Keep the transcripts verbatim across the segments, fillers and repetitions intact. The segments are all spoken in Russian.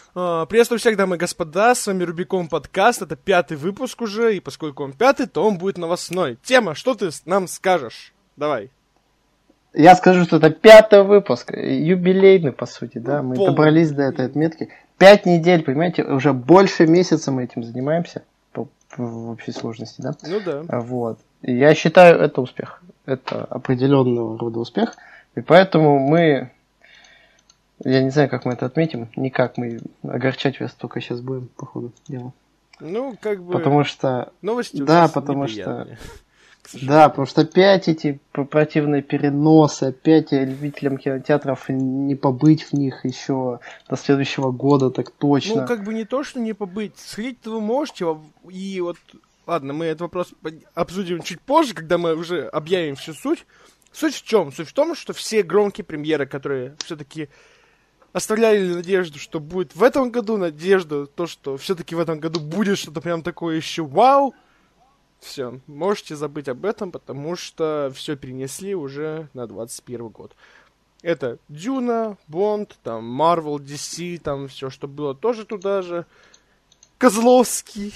Uh, приветствую всех, дамы и господа, с вами Рубикон подкаст, это пятый выпуск уже, и поскольку он пятый, то он будет новостной. Тема, что ты нам скажешь? Давай. Я скажу, что это пятый выпуск, юбилейный, по сути, да, мы Полный. добрались до этой отметки. Пять недель, понимаете, уже больше месяца мы этим занимаемся, по, по, в общей сложности, да? Ну да. Вот. И я считаю, это успех, это определенного рода успех, и поэтому мы... Я не знаю, как мы это отметим. Никак, мы огорчать вас только сейчас будем, по ходу дела. Ну, как бы... Потому что... Новости да, у нас потому неприятные, что... Да, потому что опять эти противные переносы, опять любителям кинотеатров не побыть в них еще до следующего года, так точно. Ну, как бы не то, что не побыть. Сходить-то вы можете, и вот... Ладно, мы этот вопрос обсудим чуть позже, когда мы уже объявим всю суть. Суть в чем? Суть в том, что все громкие премьеры, которые все-таки... оставляли надежду, что будет в этом году, надежду, то, что все-таки в этом году будет что-то прям такое еще вау. Все, можете забыть об этом, потому что все перенесли уже на двадцать первый год. Это Дюна, Бонд, там, Марвел, ди си, там все, что было, тоже туда же. Козловский.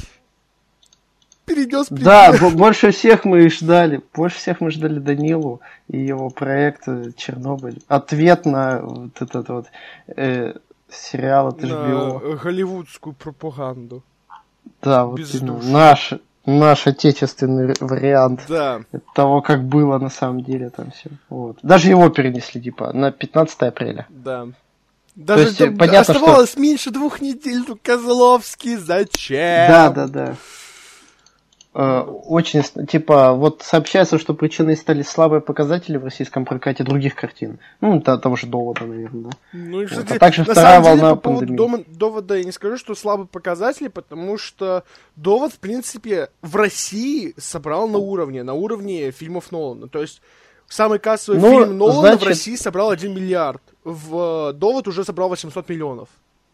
Перенес премьер. Да, б- больше всех мы ждали, больше всех мы ждали Данилу и его проект Чернобыль. Ответ на вот этот вот э, сериал от эйч би о. На голливудскую пропаганду. Да, вот Без именно. души. Наш, наш отечественный вариант Да. того, как было на самом деле там все. Вот. Даже его перенесли, типа, на пятнадцатое апреля. Да. Даже есть, там понятно, оставалось что... меньше двух недель, ну, Козловский, зачем? Да, да, да. Очень, типа, вот сообщается, что причиной стали слабые показатели в российском прокате других картин. Ну, того же «Довода», наверное, да. Ну, и, кстати, вот. А также на вторая самом деле, волна по поводу пандемии. дома, «Довода» я не скажу, что слабые показатели, потому что «Довод», в принципе, в России собрал на уровне, на уровне фильмов Нолана. То есть, самый кассовый ну, фильм Нолана значит... в России собрал один миллиард. В «Довод» уже собрал восемьсот миллионов.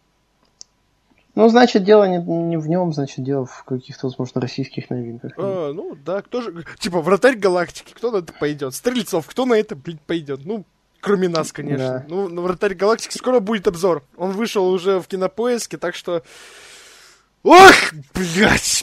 Ну, значит, дело не, не в нем, значит, дело в каких-то, возможно, российских новинках. А, ну, да, кто же... Типа, «Вратарь галактики», кто на это пойдет? «Стрельцов», кто на это, блин, пойдет? Ну, кроме нас, конечно. Да. Ну, на «Вратарь галактики» скоро будет обзор. Он вышел уже в Кинопоиске, так что... Ох, блядь!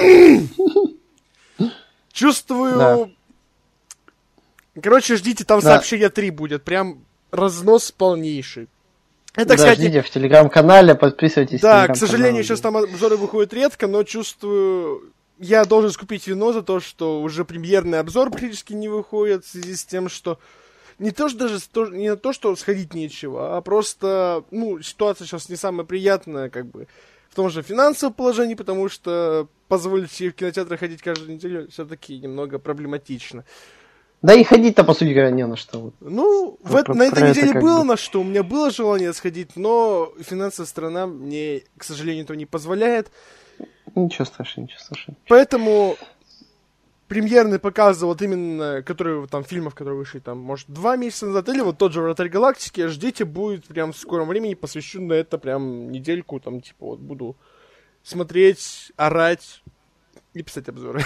Чувствую... Да. Короче, ждите, там Да. сообщение три будет. Прям разнос полнейший. Это, да, кстати... ждите в телеграм-канале, подписывайтесь. Да, к сожалению, сейчас да. там обзоры выходят редко, но чувствую... Я должен скупить вино за то, что уже премьерный обзор практически не выходит в связи с тем, что... Не то, что даже не на то, что сходить нечего, а просто, ну, ситуация сейчас не самая приятная, как бы, в том же финансовом положении, потому что позволить себе в кинотеатры ходить каждую неделю все-таки немного проблематично. Да и ходить-то, по сути говоря, не на что. Вот. Ну, Про, в это, про, на этой неделе было бы... на что. У меня было желание сходить, но финансовая сторона мне, к сожалению, этого не позволяет. Ничего страшного, ничего страшного. Поэтому премьерный показы, вот именно, которые там фильмов, которые вышли там, может, два месяца назад, или вот тот же «Вратарь галактики», ждите, будет прям в скором времени, посвящу на это прям недельку, там, типа, вот буду смотреть, орать и писать обзоры.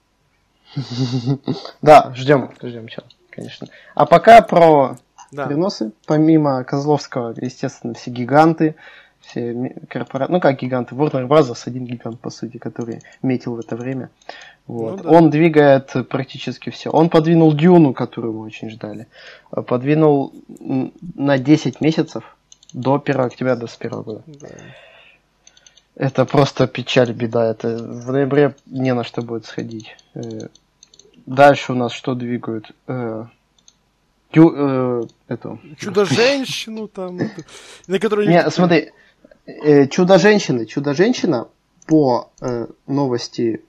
Да, ждем, ждем, сейчас, конечно. А пока про да. переносы. Помимо Козловского, естественно, все гиганты, все корпорации, ну как гиганты, Warner Bros. Один гигант, по сути, который метил в это время. Вот. Ну, да. Он двигает практически все. Он подвинул Дюну, которую мы очень ждали. Подвинул на десять месяцев до первого октября двадцать первого года. Да. Это просто печаль, беда. Это в ноябре не на что будет сходить. Дальше у нас что двигают? Дю, э, эту. Чудо-женщину там. Эту, на которой... Не, смотри. Э, Чудо-женщины. Чудо-женщина по э, новости...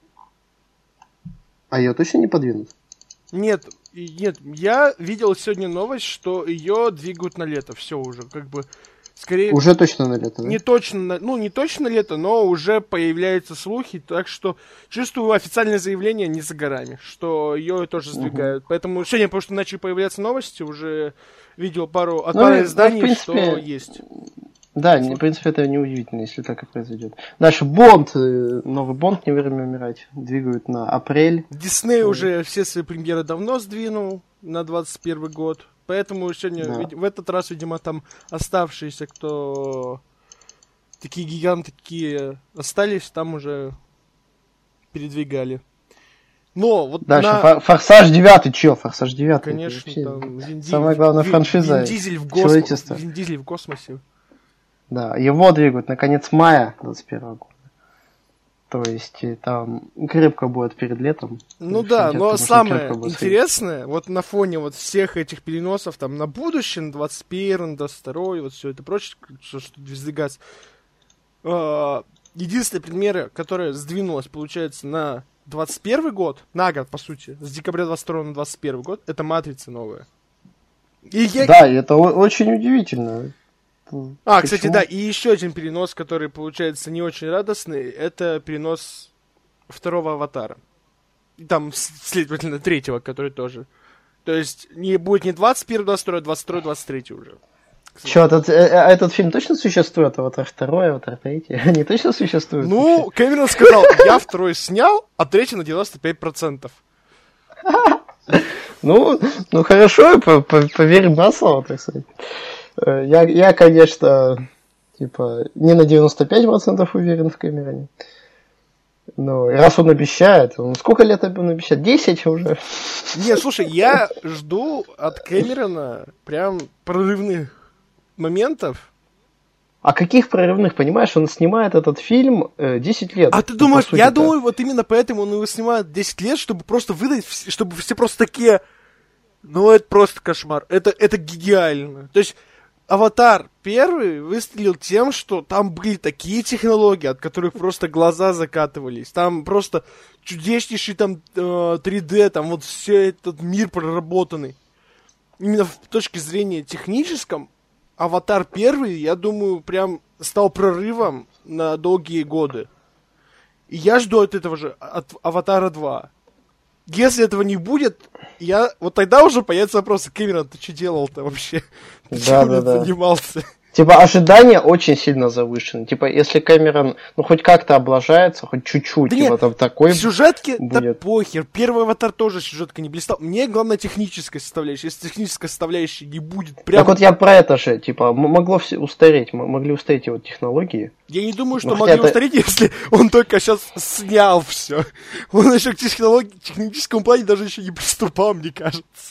А ее точно не подвинут? Нет, нет. Я видел сегодня новость, что ее двигают на лето. Все уже, как бы... Скорее, уже точно на лето, да? Не точно, ну, не точно лето, но уже появляются слухи, так что чувствую официальное заявление не за горами, что ее тоже сдвигают. Угу. Поэтому сегодня, потому что начали появляться новости, уже видел пару, от ну, пары изданий, да, принципе, что есть. Да, в принципе, это неудивительно, если так и произойдет. Дальше Бонд, новый Бонд, «Не время умирать», двигают на апрель. Дисней уже все свои премьеры давно сдвинул на двадцать первый год. Поэтому сегодня, да. в этот раз, видимо, там оставшиеся, кто такие гиганты, какие остались, там уже передвигали. Но вот Дальше, на... Форсаж девять, чё, Форсаж девять. Конечно, там Вин самая главная Вин, франшиза Вин Дизель в человечества. Вин Дизель в космосе. Да, его двигают на конец мая двадцать первого года. То есть там крепко будет перед летом. Ну да, но самое интересное, вот на фоне вот всех этих переносов там на будущее, на двадцать первый, на двадцать второй, вот все это прочее, что, что двигаться. Э, единственная премьера, которая сдвинулась, получается, на двадцать первый год, на год, по сути, с декабря двадцать второго на двадцать первый год, это «Матрица» новая. И я... Да, и это очень удивительно. А, Почему? Кстати, да, и еще один перенос, который получается не очень радостный, это перенос второго «Аватара». И там, следовательно, третьего, который тоже. То есть, не будет не двадцать первый, двадцать второй, двадцать второй, двадцать третий уже. Че, этот, а этот фильм точно существует? «Аватар» второй, «Аватар» третий? Они точно существуют? Ну, вообще? Кэмерон сказал, я второй снял, а третий на девяносто пять процентов. Ну, ну хорошо, поверим на слово, так сказать. Я, я, конечно, типа, не на девяносто пять процентов уверен в Кэмероне. Но раз он обещает, он сколько лет он обещает? десять уже? Не, слушай, я жду от Кэмерона прям прорывных моментов. А каких прорывных, понимаешь? Он снимает этот фильм э, десять лет. А ты думаешь, я думаю, вот именно поэтому он его снимает десять лет, чтобы просто выдать, чтобы все просто такие, ну это просто кошмар, это, это гениально. То есть «Аватар» первый выстрелил тем, что там были такие технологии, от которых просто глаза закатывались. Там просто чудеснейший там э, три дэ, там вот все этот мир проработанный. Именно с точки зрения техническом, «Аватар» первый, я думаю, прям стал прорывом на долгие годы. И я жду от этого же, от «Аватара» два. Если этого не будет, я... Вот тогда уже появится вопрос: Кэмерон, ты что делал-то вообще? Ты да, чем да, да. занимался? Типа, ожидания очень сильно завышены. Типа, если Кэмерон, ну, хоть как-то облажается, хоть чуть-чуть, да типа, нет, там такой сюжетки, будет. Да похер. Первый «Аватар» тоже сюжетка не блистал. Мне главное техническая составляющая. Если техническая составляющая не будет прям... Так вот я про это же, типа, могло все устареть, могли устареть его технологии. Я не думаю, что могли это... устареть, если он только сейчас снял все. Он еще к технологии, техническому плане даже еще не приступал, мне кажется.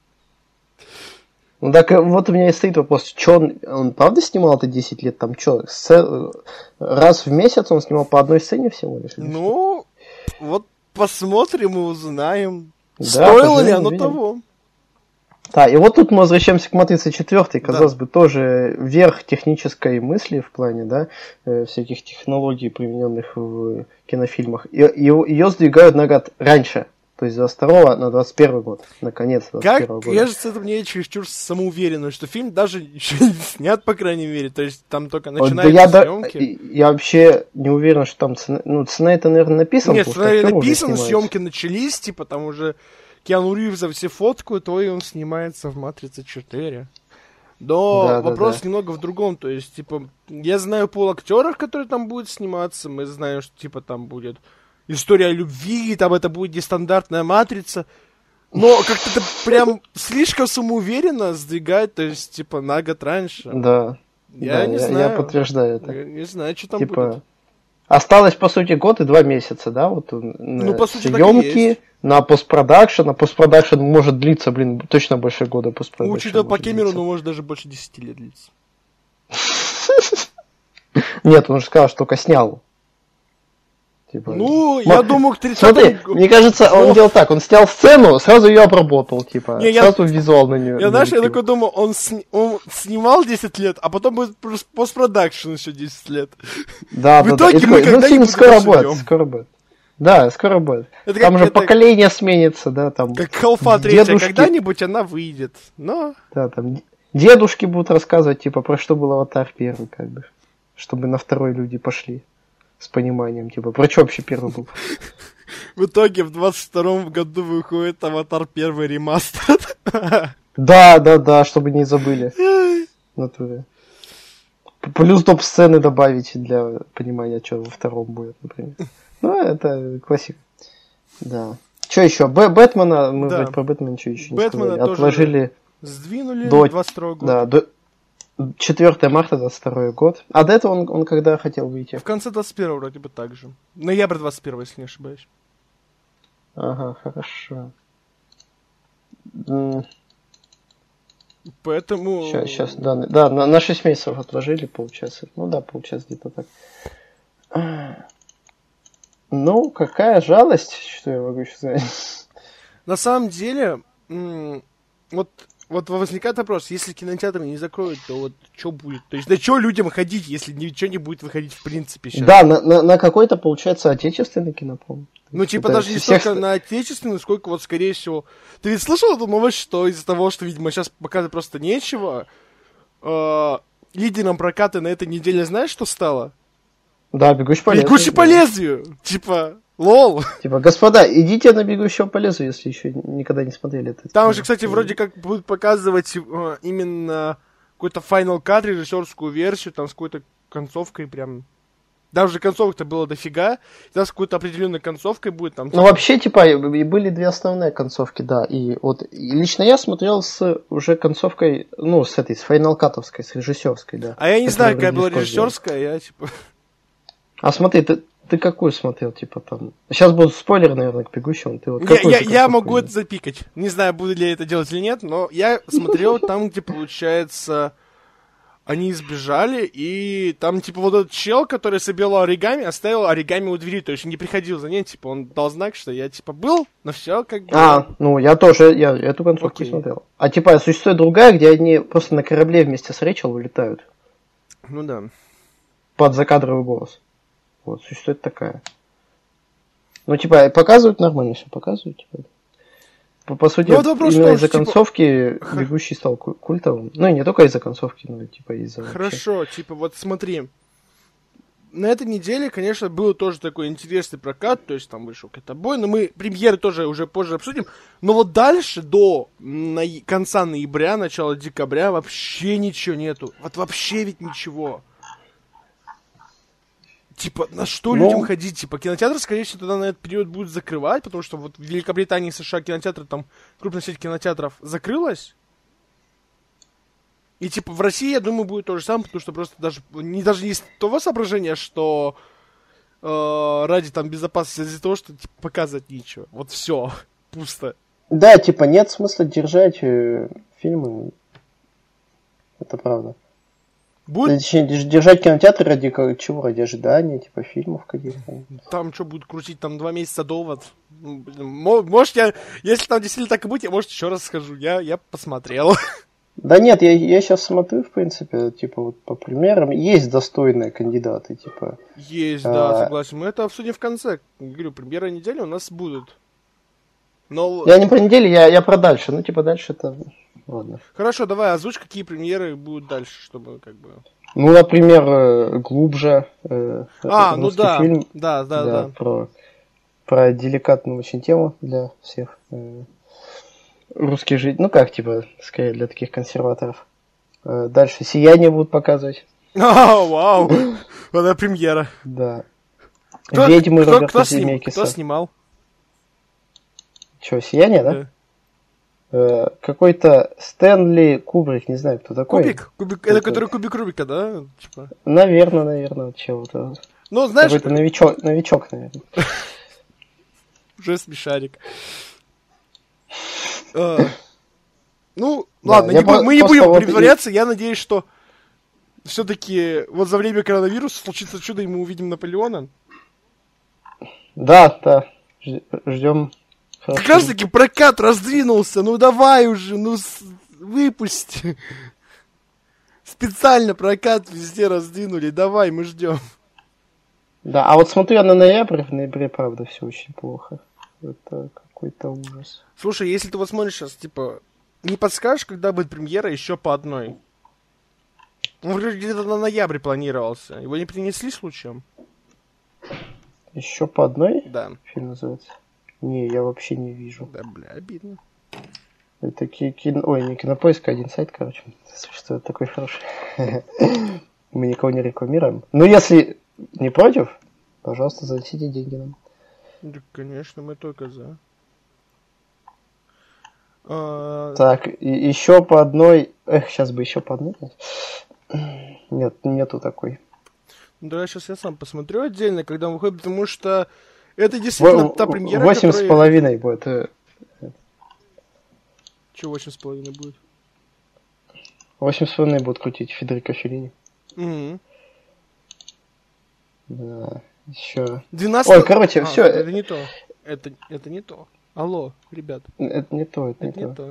Ну так вот у меня и стоит вопрос, что он, он правда снимал это десять лет, там что, сцен... раз в месяц он снимал по одной сцене всего лишь? Ну, вот посмотрим и узнаем, да, стоило ли оно видим. того. Да, и вот тут мы возвращаемся к «Матрице» четвёртой, казалось да. бы, тоже верх технической мысли в плане, да, э, всяких технологий, примененных в кинофильмах. И, и, ее сдвигают на год раньше. То есть с двадцать второго на двадцать первый год. Наконец, двадцать первого как, года. Кажется, это мне чересчур самоуверенно, что фильм даже еще не снят, по крайней мере. То есть там только начинаются да съемки. Я, я вообще не уверен, что там цена... Ну, цена это, наверное, написана. Нет, сценарий написан, съемки начались, типа там уже Киану Ривза все фоткают, то и он снимается в «Матрице четыре». Но да, вопрос да, да. немного в другом. То есть, типа, я знаю пол актеров, которые там будут сниматься. Мы знаем, что типа там будет история любви, там это будет нестандартная «Матрица». Но как-то это прям слишком самоуверенно сдвигать, то есть, типа, на год раньше. Да. Я да, не я, знаю. Я подтверждаю это. Я не знаю, что там типа, будет. Осталось, по сути, год и два месяца, да? Вот ну, по сути, съемки, на постпродакшн. А постпродакшн может длиться, блин, точно больше года постпродакшн. Учитывая по Кэмерону, может даже больше десяти лет длиться. Нет, он же сказал, что только снял. Типа, ну, я думаю, к тридцатому... Смотри, мне кажется, он делал так, он снял сцену, сразу ее обработал, типа, не, сразу я... визуал на нее. Я, знаешь, я такой думаю, он, сни... он снимал десять лет, а потом будет постпродакшн еще десять лет. Да, в да, итоге да. мы ну, фильм скоро будет, скоро будет. Да, скоро будет. Это там как, же это... поколение сменится, да, там... Как «Халфа» третья, дедушки... когда-нибудь она выйдет, но... Да, там дедушки будут рассказывать, типа, про что был «Аватар» первый, как бы, чтобы на второй люди пошли. С пониманием, типа, про что вообще первый был? В итоге в двадцать втором году выходит «Аватар» первый ремастер. Да, да, да, чтобы не забыли. Натуре. Плюс топ-сцены добавить для понимания, что во втором будет, например. Ну, это классика. Да. Что еще? Б- Бэтмена, мы да. вроде про Бэтмена ничего еще не Бэтмена сказали. Отложили сдвинули до двадцать второго года. Да, до... четвёртого марта двадцать второй год. А до этого он, он когда хотел выйти? В конце двадцать первого вроде бы так же. Ноябрь двадцать первого, если не ошибаюсь. Ага, хорошо. Поэтому... Сейчас, сейчас, да, да на, на шесть месяцев отложили, получается. Ну да, получается где-то так. Ну, какая жалость, что я могу еще сказать. На самом деле, м- вот, вот возникает вопрос, если кинотеатры не закроют, то вот что будет? То есть, да что людям ходить, если ничего не будет выходить в принципе сейчас? Да, на, на, на какой-то, получается, отечественный кино, Ну, типа, даже не столько на отечественный, сколько вот, скорее всего... Ты ведь слышал эту новость, что из-за того, что, видимо, сейчас показывать просто нечего, э- лидером проката на этой неделе знаешь, что стало? Да, «Бегущий по лезвию». «Бегущий по лезвию». Типа, лол. Типа, господа, идите на «Бегущего по лезвию», если еще никогда не смотрели это. Там же, кстати, вроде как будут показывать э, именно какой-то Final Cut, режиссерскую версию, там с какой-то концовкой прям... Даже концовок-то было дофига, там с какой-то определенной концовкой будет там... Ну, вообще, типа, и были две основные концовки, да, и вот и лично я смотрел с уже концовкой, ну, с этой, с Final Cut-овской, с режиссерской, да. А я не знаю, какая была режиссерская, я, типа... А смотри, ты, ты какую смотрел, типа, там... Сейчас будут спойлеры, наверное, к «Бегущему». Ты вот я я, я могу это запикать. Не знаю, буду ли я это делать или нет, но я смотрел там, где, получается... Они избежали, и там, типа, вот этот чел, который собирал оригами, оставил оригами у двери, то есть он не приходил за ней, типа, он дал знак, что я, типа, был, но все, как бы... А, ну, я тоже, я эту концовку okay. смотрел. А, типа, существует другая, где они просто на корабле вместе с Рэйчел улетают. Ну да. Под закадровый голос. Вот, существует такая. Ну, типа, показывают нормально все, показывают, типа... По, по сути, ну, вот именно из-за типа... концовки «Бегущий» стал культовым. Ну, и не только из-за концовки, но и типа из-за... Хорошо, вообще. Типа, вот смотри. На этой неделе, конечно, был тоже такой интересный прокат, то есть там вышел Китобой, но мы премьеры тоже уже позже обсудим. Но вот дальше, до на... конца ноября, начала декабря, вообще ничего нету. Вот вообще ведь ничего. Типа, на что ну... людям ходить? Типа, кинотеатры, скорее всего, тогда на этот период будут закрывать, потому что вот в Великобритании и США кинотеатры, там, крупная сеть кинотеатров закрылась. И, типа, в России, я думаю, будет то же самое, потому что просто даже не, даже не из того соображения, что э, ради, там, безопасности, из-за того, что, типа, показывать нечего. Вот все, пусто. Да, типа, нет смысла держать э, фильмы. Это правда. Будет... Точнее, держать кинотеатр ради чего? Ради ожидания, типа, фильмов каких-то. Там что, будут крутить там два месяца довод? Может, я, если там действительно так и будет, я, может, еще раз скажу. Я, я посмотрел. Да нет, я, я сейчас смотрю, в принципе, типа, вот по примерам. Есть достойные кандидаты, типа. Есть, а... да, согласен. Мы это обсудим в конце. Говорю, премьера недели у нас будут. Но... Я не про неделю, я, я про дальше. Ну, типа, дальше это... Ладно. Хорошо, давай озвучь, какие премьеры будут дальше, чтобы как бы... Ну, например, «Глубже». Э, а, ну да. Фильм, да, да, да. да. Про, про деликатную очень тему для всех э, русских жителей. Ну, как, типа, скорее для таких консерваторов. Э, дальше «Сияние» будут показывать. А, вау! Вот это премьера. Да. Кто, «Ведьмы» кто, Роберта кто, сним, Земекиса. кто снимал? Че, «Сияние», да? да? Э, какой-то Стэнли Кубрик, не знаю, кто такой. Кубик? Кубик это, это который Кубик Рубика, да? Типа. Наверное, наверное, чего-то. Ну, знаешь... Какой-то новичок, новичок, наверное. Уже смешарик. Ну, ладно, мы не будем притворяться. Я надеюсь, что все-таки вот за время коронавируса случится чудо, и мы увидим Наполеона. Да, да. Ждем. Как раз таки прокат раздвинулся, ну давай уже, ну с... выпусти. Специально прокат везде раздвинули, давай, мы ждем. Да, а вот смотрю я на ноябрь, в ноябре, правда, все очень плохо. Это какой-то ужас. Слушай, если ты вот смотришь сейчас, типа, не подскажешь, когда будет премьера еще по одной? Он вроде где-то на ноябрь планировался. Его не принесли случаем? Еще по одной? Да. Фильм называется? Не, я вообще не вижу. Да, бля, обидно. Это кино... Ой, не Кинопоиск, а один сайт, короче. Существует такой хороший. Мы никого не рекламируем. Но если не против, пожалуйста, занесите деньги нам. Да, конечно, мы только за. А... Так, и еще по одной... Эх, сейчас бы еще по одной. Нет, нету такой. Да, сейчас я сам посмотрю отдельно, когда он выходит, потому что это действительно В- та премьера, Восемь с которая... половиной будет. э, Чего восемь с половиной будет? Восемь с половиной будут крутить Федерико Феллини. Угу. Да, еще... двенадцать... Ой, короче, а, все. Это не то. Это, это не то. Алло, ребят. Это не то, это, Это не не то. то.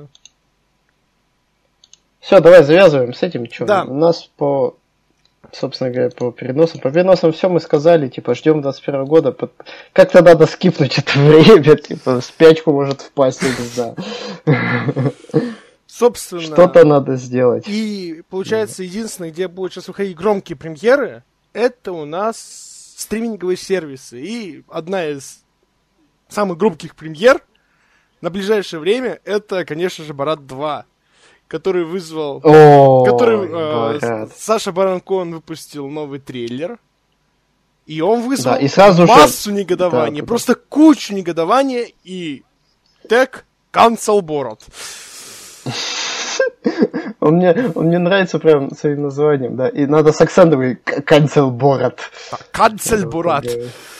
Все, давай завязываем с этим. Что? Да. У нас по, собственно говоря, по переносам. По переносам все мы сказали, типа, ждем двадцать первого года. Под- Как-то надо скипнуть это время, типа, в спячку может впасть, я не знаю. Собственно... Что-то надо сделать. И, получается, единственное, где будут сейчас выходить громкие премьеры, это у нас стриминговые сервисы. И одна из самых громких премьер на ближайшее время, это, конечно же, Борат два, который вызвал... О, который э, Борат. Саша Барон Коэн выпустил новый трейлер. И он вызвал Да, и сразу же- массу негодования, Да, да, да. просто кучу негодования и тег «Cancel Borat». Он мне, он мне нравится прям своим названием, да. И надо с акцентом «Cancel Borat». «Cancel Borat».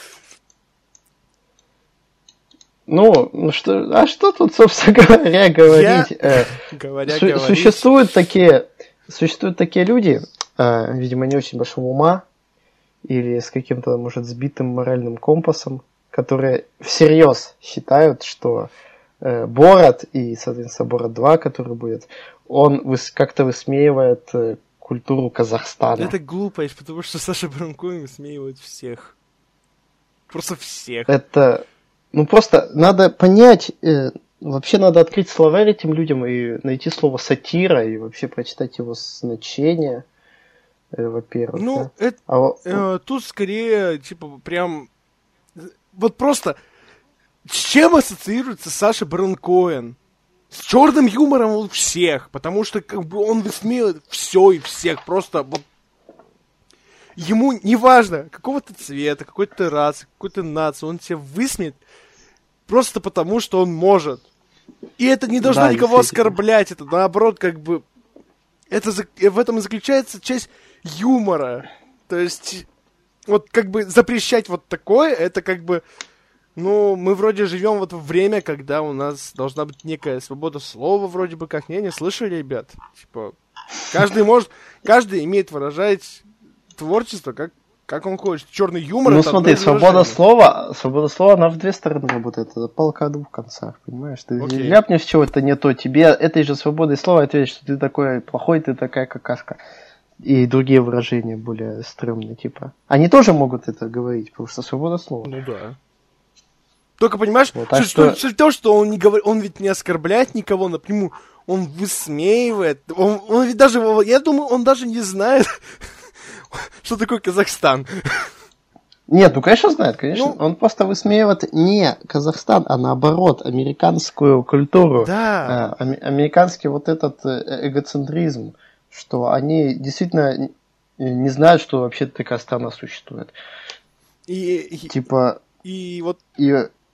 Ну, ну что, а что тут, собственно говоря, говорить? Э, Говоря, су- говорить. существуют такие, существуют такие люди, э, видимо, не очень большого ума или с каким-то, может, сбитым моральным компасом, которые всерьез считают, что э, Борат и, соответственно, Борат два, который будет, он выс- как-то высмеивает э, культуру Казахстана. Это глупость, потому что Саша Барон Коэн высмеивает всех. Просто всех. Это, ну просто надо понять, э, вообще надо открыть словарь этим людям и найти слово сатира и вообще прочитать его значение, э, во-первых. Ну, да. это, А во- э, тут скорее, типа, прям... Вот просто... С чем ассоциируется Саша Барон Коэн? С черным юмором у всех, потому что как бы он высмеивает все и всех, просто вот ему не важно какого-то цвета, какой-то расы, какой-то нации, он тебя высмеет просто потому, что он может. И это не должно Да, никого действительно. оскорблять, это наоборот как бы это за- в этом и заключается часть юмора. То есть вот как бы запрещать вот такое, это как бы ну, мы вроде живем вот в время, когда у нас должна быть некая свобода слова, вроде бы как. Не, не слышали, ребят? Типа, каждый может, каждый имеет выражать творчество, как, как он хочет. Черный юмор Ну это смотри, одно из свобода выражений. слова, свобода слова, она в две стороны работает. Это палка о двух концах, понимаешь? Ты Окей. ляпнешь чего-то не то, тебе этой же свободой слова ответишь, что ты такой плохой, ты такая какашка. И другие выражения более стрёмные, типа. Они тоже могут это говорить, потому что свобода слова. Ну да. Только понимаешь, Вот, так суть, что... что- суть в том, что он не говорит, он ведь не оскорбляет никого напрямую, он высмеивает. Он, он ведь даже, я думаю, он даже не знает, что такое Казахстан. Нет, ну конечно знает, конечно. Ну- Он просто высмеивает не Казахстан, а наоборот, американскую культуру. Да. Э, ам- американский вот этот э, эгоцентризм, что они действительно н- не знают, что вообще такая страна существует. И, и, Типа, и вот, и...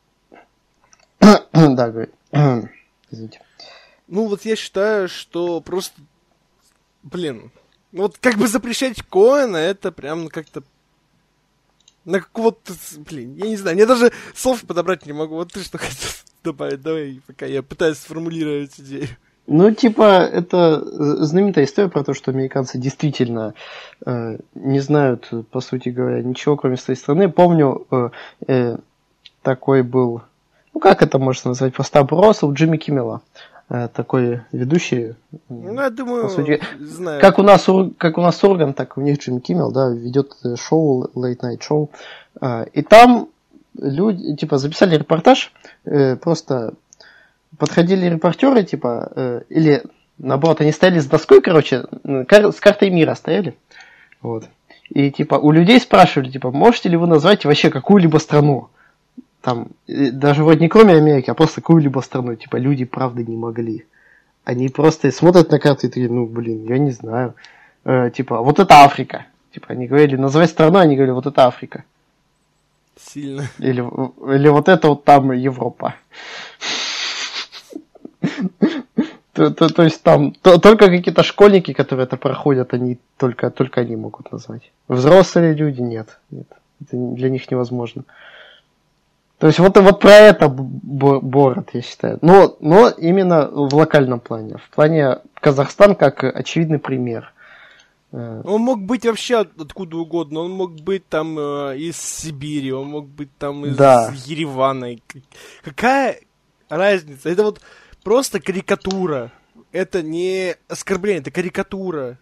да, говори. Извините. ну вот я считаю, что просто, блин, вот как бы запрещать Коэна, это прям как-то на какого-то, блин, я не знаю, я даже слов подобрать не могу. Вот ты что хотел добавить, давай, пока я пытаюсь сформулировать идею. Ну, типа, это знаменитая история про то, что американцы действительно э, не знают, по сути говоря, ничего, кроме своей страны. Помню, э, э, такой был, ну, как это можно назвать, просто опрос у Джимми Киммела. Э, такой ведущий. Ну, я думаю, по сути, знаю. как у нас, Ур- как у нас Урган, так и у них Джимми Киммел, да, ведет э, шоу, Late Night Show. Э, и там люди, типа, записали репортаж, э, просто... Подходили репортеры, типа, э, или наоборот, они стояли с доской, короче, кар- с картой мира стояли. Вот. И типа у людей спрашивали, типа, можете ли вы назвать вообще какую-либо страну? Там, э, даже вроде не кроме Америки, а просто какую-либо страну. Типа, люди правда не могли. Они просто смотрят на карту и такие, ну, блин, я не знаю. Э, типа, вот это Африка. Типа, они говорили, называй страну, они говорили, вот это Африка. Сильно. Или, или вот это вот там Европа. То, то, то есть там то, только какие-то школьники, которые это проходят, они только, только они могут назвать. Взрослые люди нет. Нет. Это для них невозможно. То есть вот, вот про это Борат, я считаю. Но, но именно в локальном плане. В плане Казахстан как очевидный пример. Он мог быть вообще откуда угодно. Он мог быть там э, из Сибири, он мог быть там из да. Еревана. Какая разница? Это вот просто карикатура. Это не оскорбление, это карикатура.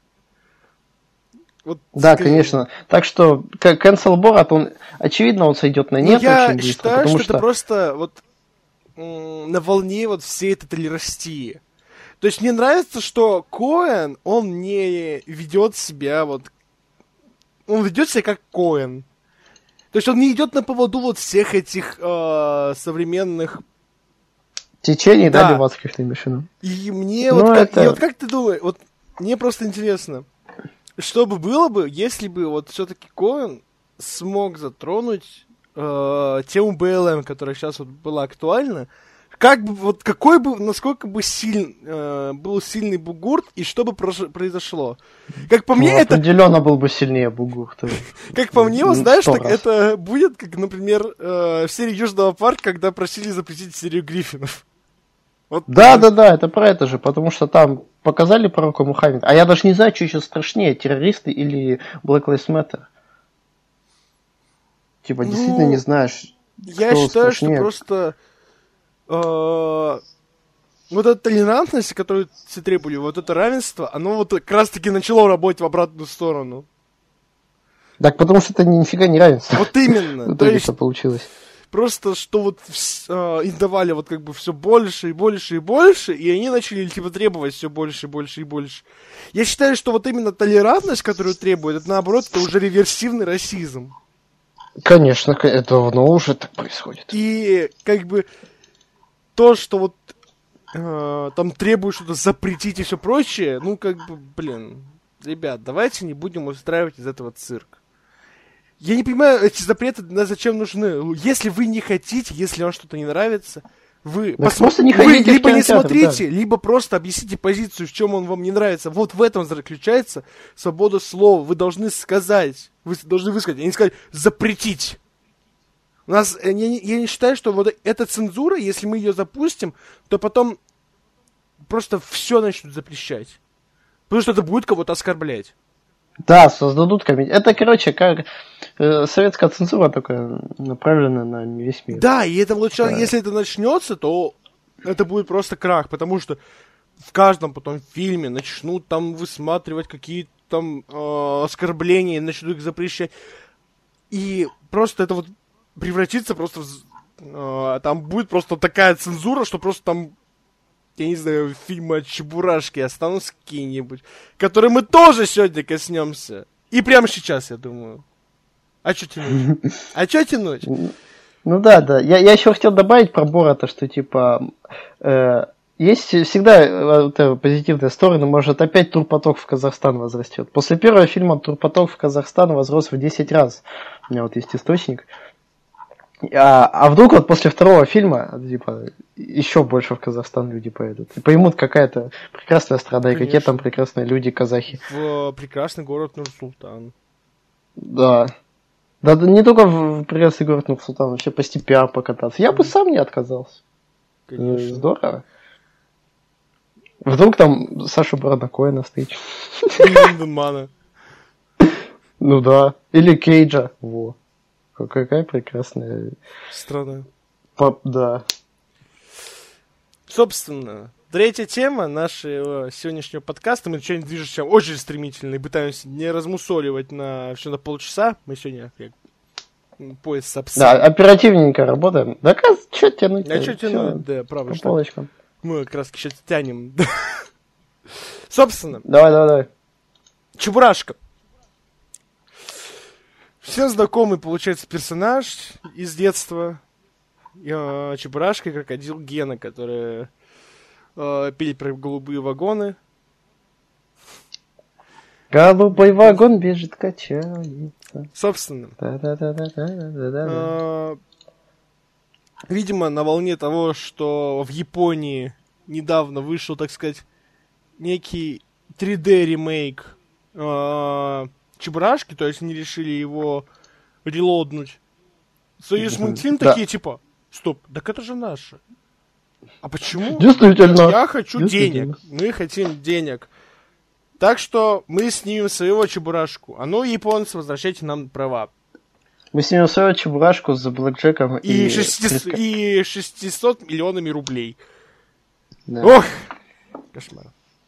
Вот, да, скорее. Конечно. Так что cancel Борат, он очевидно, он сойдет на нет. Но я очень быстро, считаю, что, что это просто вот м- на волне вот всей этой толерастии. То есть мне нравится, что Коэн, он не ведет себя вот... Он ведет себя как Коэн. То есть он не идет на поводу вот всех этих э, современных... Течений, да, да левацких ты имеешь в виду? И мне вот как, это... и вот как ты думаешь, вот мне просто интересно, что бы было бы, если бы вот все-таки Коэн смог затронуть э, тему бэ эл эм, которая сейчас вот была актуальна, как бы, вот какой бы, насколько бы силь, э, был сильный Бугурт, и что бы прош- произошло? Как по мне, ну, это... определенно был бы сильнее Бугурта. Как по мне, вот знаешь, так это будет, как, например, э, в серии Южного парка, когда просили запретить серию Гриффинов. Вот да, да, да, это про это же, потому что там показали пророка Мухаммеда, а я даже не знаю, что еще страшнее, террористы или Black Lives Matter. Типа, ну, действительно не знаешь, я считаю, страшнее. Что просто... вот эта толерантность, которую все требовали, вот это равенство, оно вот как раз-таки начало работать в обратную сторону. Так, потому что это нифига не равенство. Вот именно. То есть это получилось. Просто, что вот э, им давали вот как бы все больше и больше и больше, и они начали типа требовать все больше и больше и больше. Я считаю, что вот именно толерантность, которую требуют, это наоборот, это уже реверсивный расизм. Конечно, это давно уже так происходит. И как бы то, что вот э, там требуют что-то запретить и все прочее, ну, как бы, блин, ребят, давайте не будем устраивать из этого цирк. Я не понимаю, эти запреты зачем нужны. Если вы не хотите, если вам что-то не нравится, вы, пос... просто не вы либо не смотрите, да. либо просто объясните позицию, в чем он вам не нравится. Вот в этом заключается свобода слова. Вы должны сказать, вы должны высказать, а не сказать запретить. У нас, я, я не считаю, что вот эта цензура, если мы ее запустим, то потом просто все начнут запрещать. Потому что это будет кого-то оскорблять. Да, создадут комедию. Это, короче, как э, советская цензура, только направленная на весь мир. Да, и это лучше, да. Если это начнется, то это будет просто крах, потому что в каждом потом фильме начнут там высматривать какие-то там э, оскорбления, начнут их запрещать. И просто это вот превратится просто в... Э, там будет просто такая цензура, что просто там, я не знаю, фильмы о Чебурашке останутся какие-нибудь, которые мы тоже сегодня коснемся. И прямо сейчас, я думаю. А что тянуть? А что тянуть? Ну да, да. Я, я еще хотел добавить про Бората, что типа э, есть всегда э, позитивная сторона, может опять турпоток в Казахстан возрастет. После первого фильма турпоток в Казахстан возрос в десять раз. У меня вот есть источник. А, а вдруг вот после второго фильма, типа, еще больше в Казахстан люди поедут. И поймут, какая это прекрасная страна, Конечно. И какие там прекрасные люди, казахи. В прекрасный город Нур-Султан. Да. Да, не только в прекрасный город Нур-Султан, вообще по степям покататься. Я бы сам не отказался. Конечно. Здорово. Вдруг там Сашу Барона Коэна встречу. Линденмана. Ну да. Или Кейджа. Во. Какая прекрасная страна. Пап, да. Собственно, третья тема нашего сегодняшнего подкаста. Мы сегодня движемся очень стремительно и пытаемся не размусоливать на все на полчаса. Мы сегодня как поезд с обсадом. Да, оперативненько работаем. Да как, что тянуть? А что тянуть, да, правда. По полочкам. Мы как раз сейчас тянем. Собственно. Давай, давай, давай. Чебурашка. Всем знакомый, получается, персонаж из детства. Э, Чебурашка и крокодил Гена, которые э, пели про голубые вагоны. Голубой вагон бежит, качается. Собственно. Да-да-да-да-да-да-да. Э, видимо, на волне того, что в Японии недавно вышел, так сказать, некий три дэ ремейк э, Чебурашки, то есть они решили его релоднуть. Союзмультфильм да. такие, типа, стоп, так это же наше. А почему? Действительно. Я хочу денег. Мы хотим денег. Так что мы снимем своего Чебурашку. А ну, японцы, возвращайте нам права. Мы снимем своего Чебурашку с Блэкджеком и... И, шестисот, и шестьсот миллионами рублей. Да. Ох! Кошмар.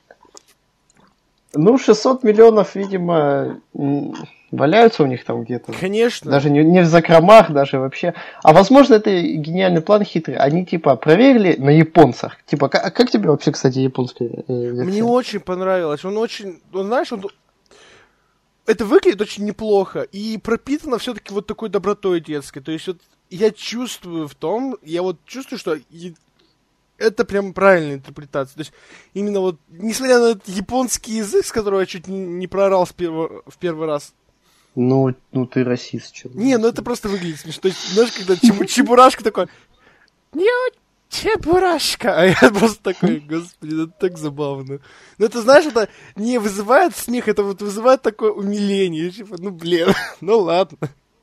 Ну, шестьсот миллионов, видимо, валяются у них там где-то. Конечно. Даже не, не в закромах, даже вообще. А возможно, это гениальный план хитрый. Они, типа, проверили на японцах. Типа, как, как тебе вообще, кстати, японская э, версия? Мне очень понравилось. Он очень, он, знаешь, он... Это выглядит очень неплохо. И пропитано все-таки вот такой добротой детской. То есть, вот я чувствую в том, я вот чувствую, что... Это прям правильная интерпретация. То есть, именно вот, несмотря на этот японский язык, с которого я чуть не проорал в, перво, в первый раз. Ну, ну ты расист, что? Не, ну это просто выглядит смешно. То есть, знаешь, когда чебу, Чебурашка такой, не Чебурашка, а я просто такой, господи, это так забавно. Но это, знаешь, это не вызывает смех, это вот вызывает такое умиление. Типа, ну, блин, ну ладно.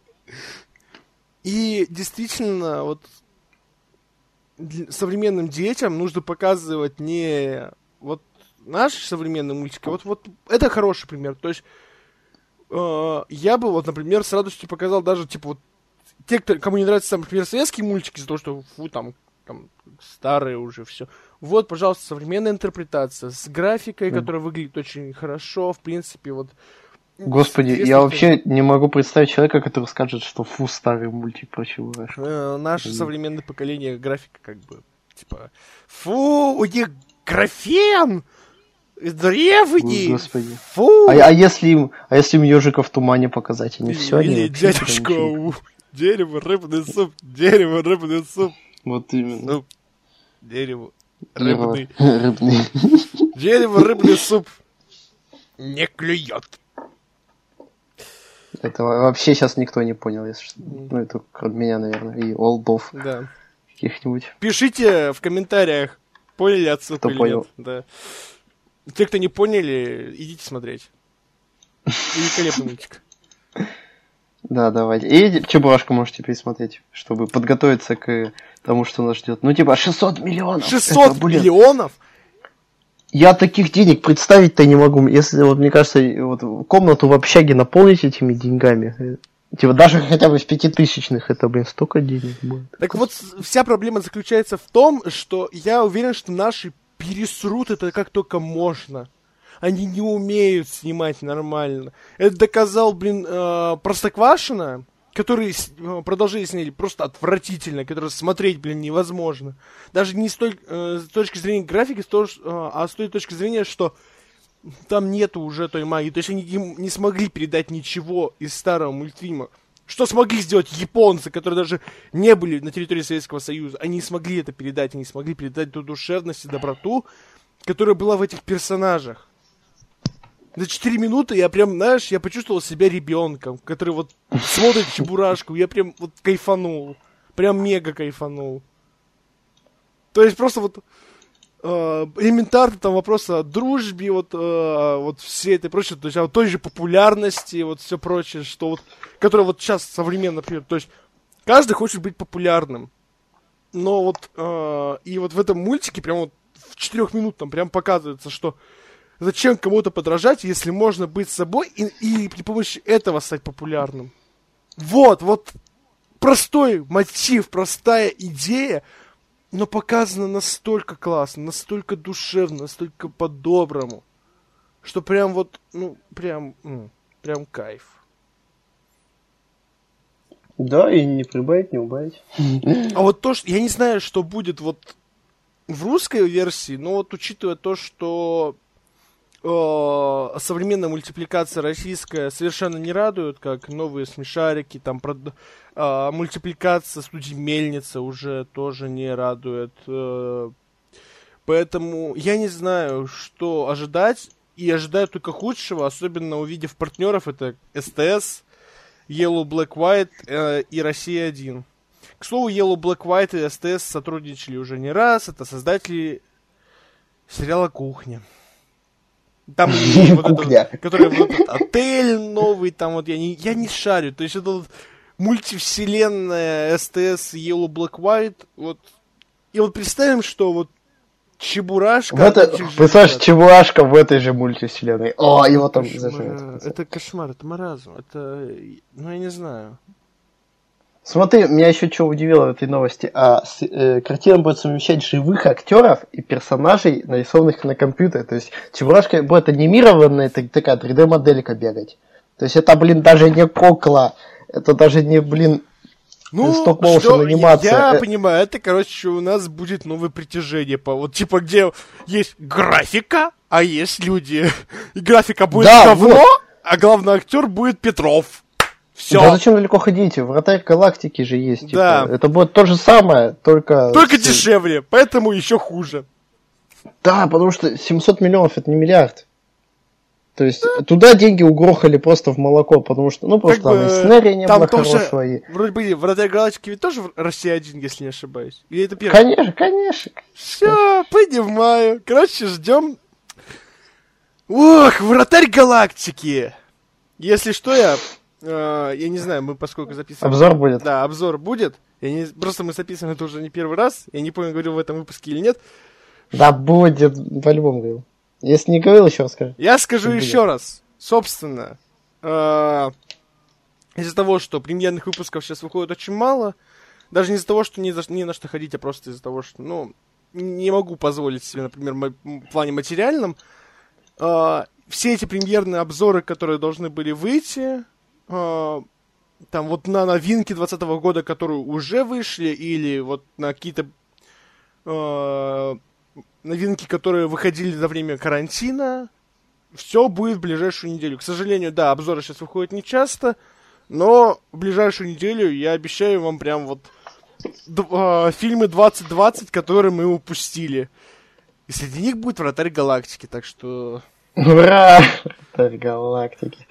И действительно, вот, современным детям нужно показывать не вот наши современные мультики, вот, вот это хороший пример. То есть э, я бы вот, например, с радостью показал даже, типа, вот те, кто, кому не нравятся, например, советские мультики, за то, что, фу, там, там старые уже все. Вот, пожалуйста, современная интерпретация с графикой, mm. которая выглядит очень хорошо, в принципе, вот. Господи, я вообще не могу представить человека, который скажет, что фу, старый мультик про Чебурашку. Э, наше mm. современное поколение графика, как бы, типа, фу, у них графен! Древний! Господи. Фу! А, а если им, а если им ежика в тумане показать, они все они. Или дядюшка, дерево, рыбный суп, дерево, рыбный суп. Вот именно. Суп, дерево, рыбный. Рыбный. Дерево, рыбный суп. Не клюет. Это вообще сейчас никто не понял, если что. Ну, это кроме меня, наверное, и олдов. Да. Каких-нибудь. Пишите в комментариях, поняли отсылку кто или понял. нет. Да. Те, кто не поняли, идите смотреть. Великолепный мультик. Да, давайте. И Чебурашку можете пересмотреть, чтобы подготовиться к тому, что нас ждет. Ну, типа, шестьсот миллионов. шестьсот это, миллионов? Я таких денег представить-то не могу. Если, вот, мне кажется, вот, комнату в общаге наполнить этими деньгами, типа, даже хотя бы в пятитысячных, это, блин, столько денег будет. Так вот, вся проблема заключается в том, что я уверен, что наши пересрут это как только можно. Они не умеют снимать нормально. Это доказал, блин, э, Простоквашино, который э, продолжение сняли просто отвратительно, который смотреть, блин, невозможно. Даже не с той э, с точки зрения графики, с той, э, а с той точки зрения, что там нету уже той магии. То есть они не смогли передать ничего из старого мультфильма. Что смогли сделать японцы, которые даже не были на территории Советского Союза. Они не смогли это передать, они смогли передать ту душевность и доброту, которая была в этих персонажах. За четыре минуты я прям, знаешь, я почувствовал себя ребенком, который вот смотрит Чебурашку, я прям вот кайфанул. Прям мега кайфанул. То есть просто вот э, элементарно там вопрос о дружбе, вот, э, вот все это прочее, то есть о той же популярности, вот все прочее, что вот, которое вот сейчас современно, например, то есть каждый хочет быть популярным. Но вот, э, и вот в этом мультике прям вот в четырех минутах прям показывается, что зачем кому-то подражать, если можно быть собой и, и при помощи этого стать популярным. Вот, вот простой мотив, простая идея, но показано настолько классно, настолько душевно, настолько по-доброму, что прям вот, ну, прям, ну, прям кайф. Да, и не прибавить, не убавить. А вот то, что, я не знаю, что будет вот в русской версии, но вот учитывая то, что современная мультипликация российская совершенно не радует, как новые смешарики, там про, э, мультипликация студии Мельница уже тоже не радует. Э, поэтому я не знаю, что ожидать, и ожидаю только худшего, особенно увидев партнеров, это СТС, Yellow Black White э, и Россия один. К слову, Yellow Black White и СТС сотрудничали уже не раз, это создатели сериала «Кухня». Там и вот этот, который вот этот отель новый, там вот я не, я не шарю. То есть это вот мультивселенная СТС Yellow Black White. Вот. И вот представим, что вот Чебурашка... В это... Представляешь, Чебурашка в этой же мультивселенной. О, его там зажимают. Это кошмар, это маразм. Это... Ну, я не знаю. Смотри, меня еще что удивило в этой новости. А, с, э, картина будет совмещать живых актеров и персонажей, нарисованных на компьютере. То есть Чебурашка будет анимированная, это такая три дэ-моделька бегать. То есть это, блин, даже не кукла. Это даже не, блин, ну, стоп-моушен анимация. Я, я понимаю, это, короче, у нас будет новое притяжение. По, вот, типа, где есть графика, а есть люди. И графика будет да, говно, вот. А главный актер будет Петров. Все. Да зачем далеко ходите? Вратарь галактики же есть. Типа. Да. Это будет то же самое, только... Только с... дешевле, поэтому еще хуже. Да, потому что семьсот миллионов это не миллиард. То есть да. Туда деньги угрохали просто в молоко, потому что, ну, просто как там бы, и сценария не было хорошего. И... Вроде бы Вратарь галактики ведь тоже в Россия один, если не ошибаюсь. Или это первый? Конечно, конечно. Все, понимаю. Короче, ждем. Ох, Вратарь галактики. Если что, я... Uh, я не знаю, мы поскольку записываем... Обзор будет. Да, обзор будет. Я не... Просто мы записываем это уже не первый раз. Я не помню, говорил в этом выпуске или нет. Да будет, по-любому говорил. Если не говорил, еще раз скажу. Я скажу что еще будет. раз. Собственно, uh, из-за того, что премьерных выпусков сейчас выходит очень мало, даже не из-за того, что не, за... не на что ходить, а просто из-за того, что, ну, не могу позволить себе, например, в плане материальном, uh, все эти премьерные обзоры, которые должны были выйти... Uh, там вот на новинки двадцатого года, которые уже вышли, или вот на какие-то uh, новинки, которые выходили за время карантина, все будет в ближайшую неделю. К сожалению, да, обзоры сейчас выходят не часто, но в ближайшую неделю я обещаю вам прям вот uh, фильмы двадцать двадцать, которые мы упустили. И среди них будет Вратарь галактики, так что... Ура! Вратарь галактики.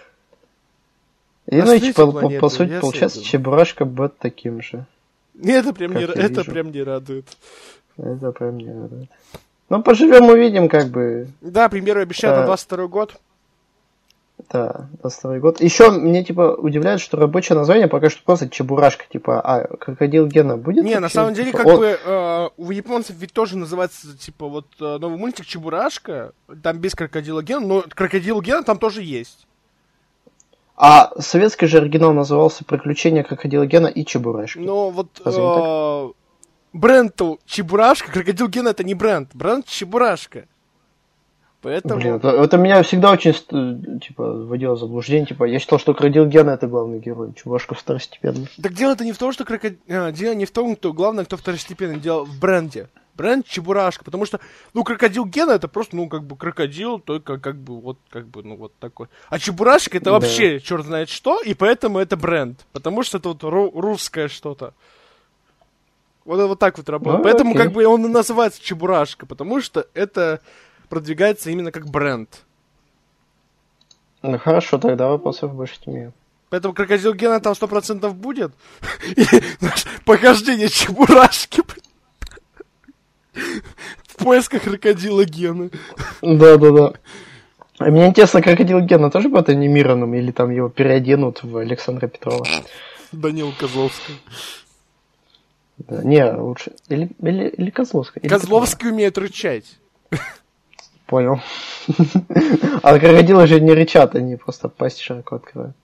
И, ну, и, по, по, по сути, получается, съеду. Чебурашка будет таким же. Это прям, не, это прям не радует. Это прям не радует. Ну, поживем, увидим, как бы. Да, премьеру обещают на двадцать второй год. Да, двадцать второй год. Еще мне, типа, удивляет, что рабочее название пока что просто Чебурашка, типа, а Крокодил Гена будет? Не, вообще? На самом деле, типа, как он... бы, э, у японцев ведь тоже называется, типа, вот, новый мультик Чебурашка, там без Крокодила Гена, но Крокодил Гена там тоже есть. А советский же оригинал назывался «Приключения Крокодила Гена и Чебурашки». Ну, вот э, бренд-то Чебурашка, Крокодил Гена это не бренд, бренд Чебурашка. Поэтому... Блин, это, это меня всегда очень, типа, вводило в заблуждение. Типа, я считал, что Крокодил Гена это главный герой, Чебурашка второстепенный. Так дело-то не в том, что крокодил... Дело не в том, кто главный, кто второстепенный. Дело в бренде. Бренд Чебурашка, потому что, ну, Крокодил Гена это просто, ну, как бы, крокодил, только, как бы, вот, как бы, ну, вот такой. А Чебурашка это вообще, да. Черт знает что, и поэтому это бренд, потому что это вот ру- русское что-то. Вот, вот так вот работает. Ну, поэтому, окей. Как бы, он и называется Чебурашка, потому что это продвигается именно как бренд. Ну, хорошо, тогда вопросов больше не имею. Поэтому Крокодил Гена там сто процентов будет. Похождение Чебурашки, в поисках Крокодила Гены. Да-да-да. А мне интересно, Крокодил Гена тоже будет анимированным, или там его переоденут в Александра Петрова? Данила Козловского. Да, не, лучше... Или, или, или Козловская. Козловский Петрова. Умеет рычать. Понял. А крокодилы же не рычат, они просто пасть широко открывают.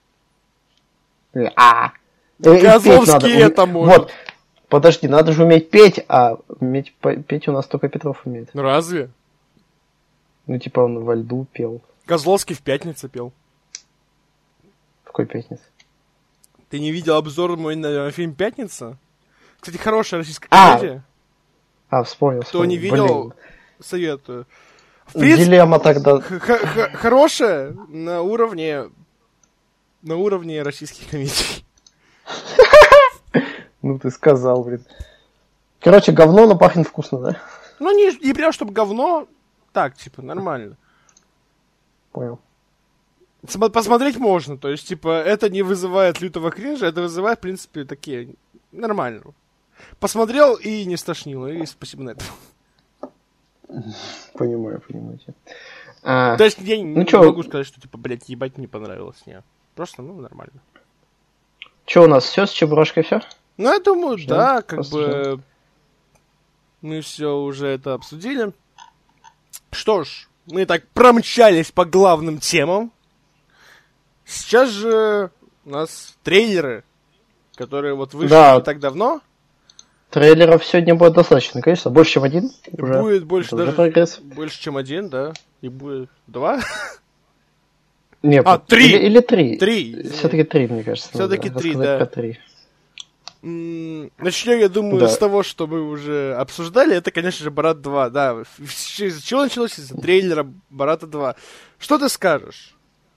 А! Козловский это может. Вот. Подожди, надо же уметь петь, а уметь петь у нас только Петров умеет. Ну разве? Ну типа он во льду пел. Козловский в пятницу пел. В какой пятнице? Ты не видел обзор мой на фильм «Пятница»? Кстати, хорошая российская комедия. А, а вспомнил, Кто не видел, блин. Советую. В принципе, дилемма тогда. Хорошая на уровне на уровне российских комедий. Ну ты сказал, блин. Короче, говно, но пахнет вкусно, да? Ну не, не прям чтобы говно, так, типа, нормально. Понял. Посмотреть можно, то есть, типа, это не вызывает лютого кринжа, это вызывает, в принципе, такие, нормально. Посмотрел и не стошнило, и спасибо на это. Понимаю, понимаете. А, То есть я ну, не чё? могу сказать, что, типа, блядь, ебать не понравилось. Нет. Просто, ну, нормально. Че у нас, все с Чебурашкой все? Ну, я думаю, Ждем, да, как бы ждем. Мы все уже это обсудили. Что ж, мы так промчались по главным темам. Сейчас же у нас трейлеры, которые вот вышли да. не так давно. Трейлеров сегодня будет достаточно, конечно, больше, чем один. Уже. Будет больше даже, прогресс. Больше, чем один, да. И будет два. Нет, а, три! Или, или три. Три. Все-таки три, мне кажется. Все-таки три, да. Про три. Начнем, я думаю, да. с того, что мы уже обсуждали. Это, конечно же, Борат два, да. С чего началось? Из трейлера Бората два. Что ты скажешь?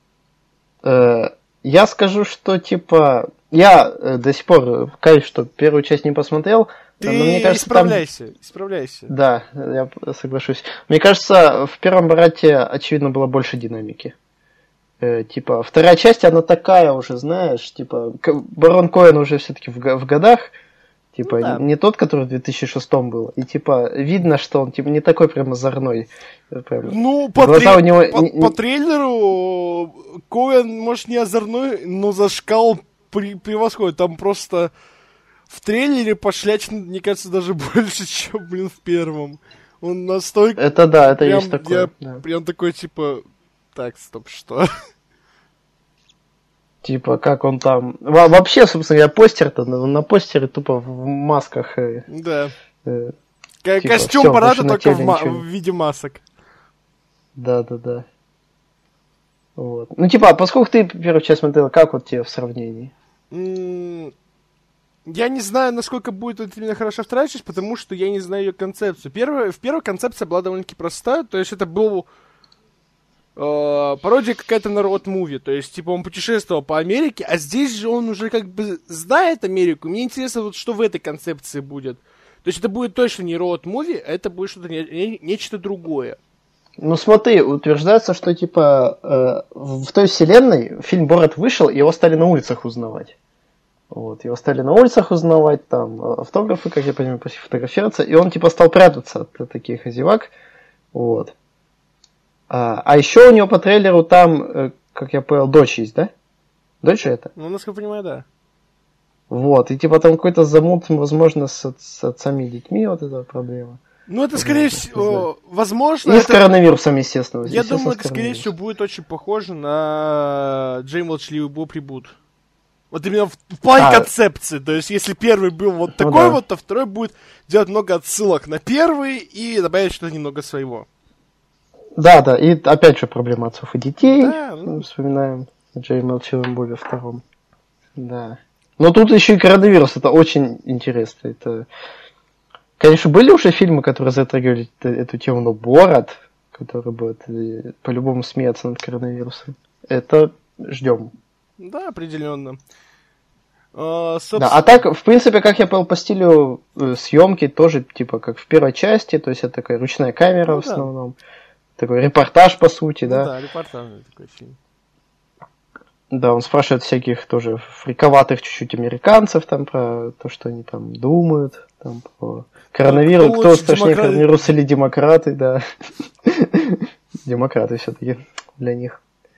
Я скажу, что, типа... Я до сих пор кайф, что первую часть не посмотрел. Ты но мне кажется, исправляйся, там... исправляйся. Да, я соглашусь. Мне кажется, в первом Борате, очевидно, было больше динамики. Э, типа, вторая часть, она такая уже, знаешь, типа, Барон Коэн уже все-таки в, в годах, типа, ну, да. не тот, который в две тысячи шестом был. И, типа, видно, что он, типа, не такой прям озорной. Прям, ну, по, глаза трей... у него... по, не... по трейлеру Коэн, может, не озорной, но за шкал превосходит. Там просто... В трейлере пошлячно, мне кажется, даже больше, чем, блин, в первом. Он настолько... Это да, это прям, есть такое. Я да. прям такой, типа... Так, стоп, что? Типа, как он там... Во- вообще, собственно говоря, постер-то, на, на постере тупо в масках. Э, да. Э, Ко- типа, Костюм всё, Бората только в, ма- в виде масок. Да-да-да. Вот. Ну, типа, поскольку ты первую часть смотрел, как вот тебе в сравнении? Mm- Я не знаю, насколько будет вот именно хороша вторая часть, потому что я не знаю ее концепцию. Первая, в первой концепция была довольно-таки простая, то есть это был э, пародия какая-то на роуд-муви, то есть типа он путешествовал по Америке, а здесь же он уже как бы знает Америку. Мне интересно, вот что в этой концепции будет. То есть это будет точно не роуд-муви, а это будет что-то не, не, нечто другое. Ну смотри, утверждается, что типа э, в той вселенной фильм «Борат» вышел, и его стали на улицах узнавать. Вот, его стали на улицах узнавать, там, автографы, как я понимаю, фотографироваться, и он, типа, стал прятаться от таких зевак, вот. А, а еще у него по трейлеру там, как я понял, дочь есть, да? Дочь это? Ну, насколько я понимаю, да. Вот, и, типа, там какой-то замут, возможно, с, с отцами и детьми, вот эта проблема. Ну, это, скорее вот, всего, возможно... И это... с коронавирусом, естественно. Я естественно, думаю, это, скорее всего, будет очень похоже на Джей Молчаливый Боб ребут. Вот именно в, в плане а, концепции. То есть, если первый был вот такой ну, да. вот, то второй будет делать много отсылок на первый и добавить что-то немного своего. Да, да. И опять же проблема отцов и детей. Да, ну... Мы вспоминаем Джей Молчаливом Бобе втором. Да. Но тут еще и коронавирус. Это очень интересно. Это... Конечно, были уже фильмы, которые затрагивали эту тему, но Борат, который будет по-любому смеяться над коронавирусом, это ждем. Да, определенно. А, собственно... Да, а так, в принципе, как я понял, по стилю э, съемки тоже, типа, как в первой части, то есть это такая ручная камера ну, в основном. Да. Такой репортаж, по сути, ну, да. Да, репортажный такой фильм. Да, он спрашивает всяких тоже фриковатых чуть-чуть американцев там про то, что они там думают, там про коронавирус, кто, кто страшнее, демократы? Коронавирус или демократы, да. Демократы все-таки для них.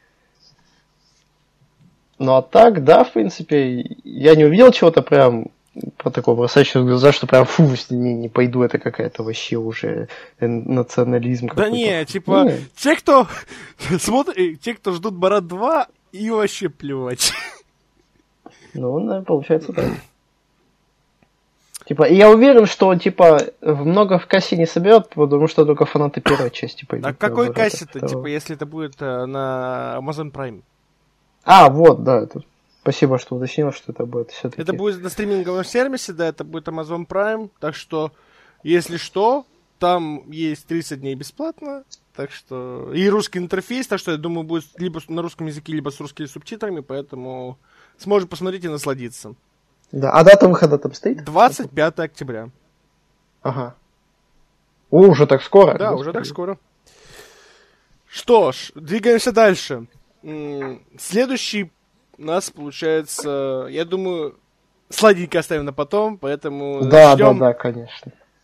Ну а так, да, в принципе, я не увидел чего-то прям по такого бросающего в глаза, что прям фу, не, не пойду, это какая-то вообще уже национализм какой-то. Да не, типа, не. те, кто смотрят, те, кто ждут Борат два, и вообще плевать. Ну, да, получается так. Типа, и я уверен, что, типа, много в кассе не соберет, потому что только фанаты первой части пойдут. А какой кассе-то, типа, если это будет э, на Amazon Prime? А, вот, да, это... спасибо, что уточнил, что это будет все-таки. Это будет на стриминговом сервисе, да, это будет Amazon Prime, так что, если что, там есть тридцать дней бесплатно, так что... И русский интерфейс, так что, я думаю, будет либо на русском языке, либо с русскими субтитрами, поэтому сможете посмотреть и насладиться. Да, а дата выхода там стоит? двадцать пятого октября. Ага. О, уже так скоро? Да, Господи. уже так скоро. Что ж, двигаемся дальше. Следующий у нас получается, я думаю, сладенько оставим на потом, поэтому да, начнем. Да, да, конечно.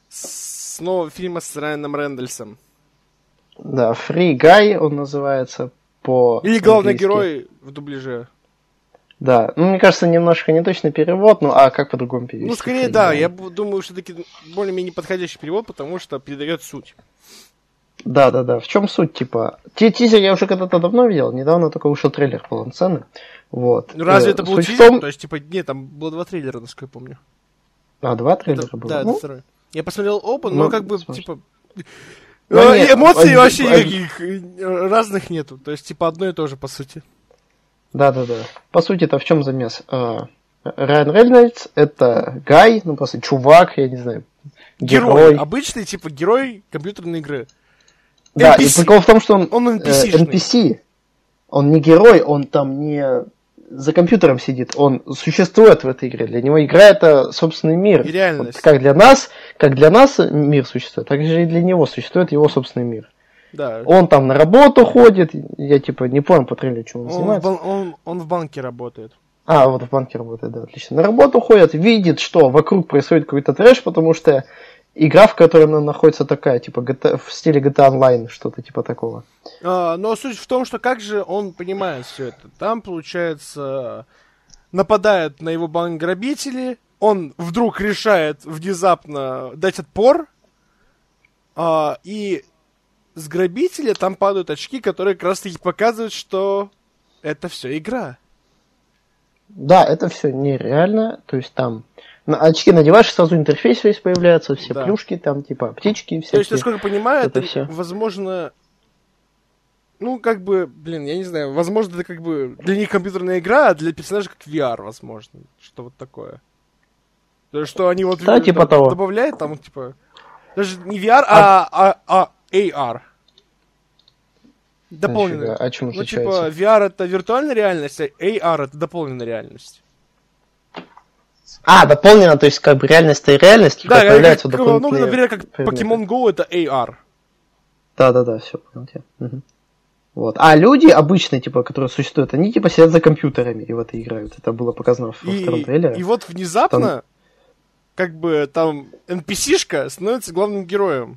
с нового фильма с Райаном Рэндальсом. Да, Free Guy он называется по Или главный герой в дубляже. Да, ну, мне кажется, немножко неточный перевод, ну, а как по-другому перевести? Ну, скорее, да, я думаю, что таки более-менее подходящий перевод, потому что передает суть. Да-да-да, в чем суть, типа? Тизер я уже когда-то давно видел, недавно только вышел трейлер полноценный, вот. Ну, разве это был тизер? Том... То есть, типа, нет, там было два трейлера, насколько я помню. А, два трейлера это, было? Да, ну? это второй. Я посмотрел оба, но, но как бы, смотри. типа... Ну, нет, эмоций один, вообще один... никаких разных нету, то есть, типа, одно и то же, по сути. Да-да-да. По сути-то в чем замес? Райан Рейнольдс — это Гай, ну, просто чувак, я не знаю, герой. Герой, обычный, типа, герой компьютерной игры. Да, эн пи си. И прикол в том, что он, он эн пи си-шный. эн пи си. Он не герой, он там не за компьютером сидит, он существует в этой игре. Для него игра — это собственный мир. И реальность. Вот как для нас, как для нас мир существует, так же и для него существует его собственный мир. Да. Он там на работу ходит, я типа не понял по трейлеру, чем он, он занимается. В бан- он, он в банке работает. А, вот в банке работает, да, отлично. На работу ходит, видит, что вокруг происходит какой-то трэш, потому что игра, в которой она находится, такая, типа джи ти эй, в стиле джи ти эй Online, что-то типа такого. А, но суть в том, что как же он понимает все это. Там, получается, нападают на его банк грабители, он вдруг решает внезапно дать отпор, а, и с грабителя там падают очки, которые как раз таки показывают, что это все игра. Да, это все нереально, то есть там на очки надеваешь, сразу интерфейс весь появляется, все да. плюшки, там типа птички, все. То есть, насколько я понимаю, это, это все. возможно, ну, как бы, блин, я не знаю, возможно, это как бы для них компьютерная игра, а для персонажей как ви ар, возможно, что вот такое. То есть, что они вот да, люди, типа да, того. добавляют там, типа, даже не ви ар, а, а, а, а эй ар. Дополненная. А чем ну, типа, ви ар это виртуальная реальность, а эй ар это дополненная реальность. А, дополнена, то есть как бы реальность и реальность, да, появляются как, дополнительные... Ну, например, как Pokemon Go это эй ар. Да-да-да, все, понял тебя. Угу. Вот. А люди обычные, типа, которые существуют, они типа сидят за компьютерами и в это играют. Это было показано во и, втором трейлере. И вот внезапно, там... как бы там эн пи си-шка становится главным героем.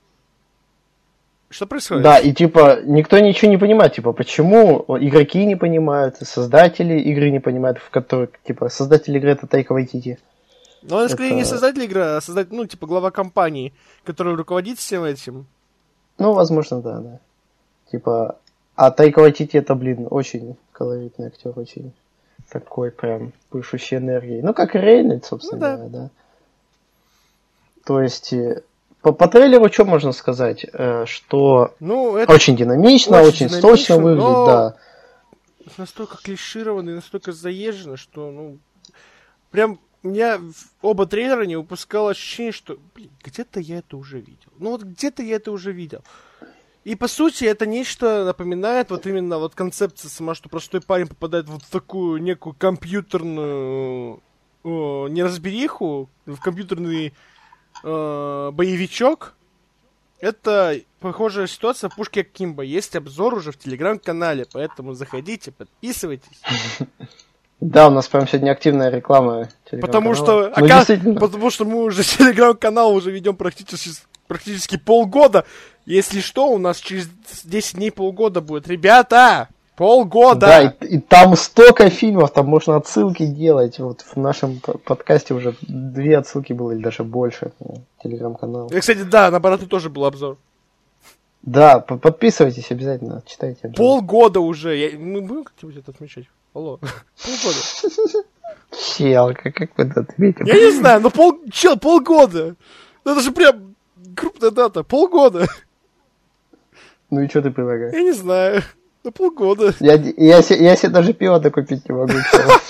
Что происходит? Да, и типа никто ничего не понимает, типа почему игроки не понимают, создатели игры не понимают, в которой, типа, создатель игры это Taika Waititi. Ну, он, скорее, это... не создатель игры, а создатель, ну, типа, глава компании, который руководит всем этим. Ну, возможно, да, да. Типа, а Taika Waititi это, блин, очень колоритный актер, очень такой прям пышущий энергией. Ну, как и Рейнольдс, собственно ну, да. говоря, да. То есть... По, по трейлеру что можно сказать? Э, что ну, это очень динамично, очень, очень динамично, сочно выглядит, да. Настолько клишировано и настолько заезжено, что, ну, прям у меня оба трейлера не упускало ощущение, что, блин, где-то я это уже видел. Ну вот где-то я это уже видел. И по сути это нечто напоминает вот именно вот концепция сама, что простой парень попадает в вот такую некую компьютерную о, неразбериху, в компьютерный боевичок. Это похожая ситуация в Пушке Акимбо. Есть обзор уже в телеграм-канале, поэтому заходите, подписывайтесь. Да, у нас прям сегодня активная реклама телеграм-канала. Потому что, ну, ока... потому что мы уже телеграм-канал уже ведем практически, практически полгода. Если что, у нас через десять дней полгода будет. Ребята! Полгода! Да, и, и там столько фильмов, там можно отсылки делать. Вот в нашем подкасте уже две отсылки было, или даже больше. Телеграм-канал. И, кстати, да, на Барату тоже был обзор. Да, подписывайтесь обязательно, читайте обзор. Полгода уже. Я... Мы будем как-нибудь это отмечать? Алло. Полгода. Чел, как, как мы это отметим? Я не знаю, но пол... Чел, полгода. Ну это же прям крупная дата. Полгода. Ну и что ты предлагаешь? Я не знаю. На полгода. Я, я, я, я себе даже пиво купить не могу.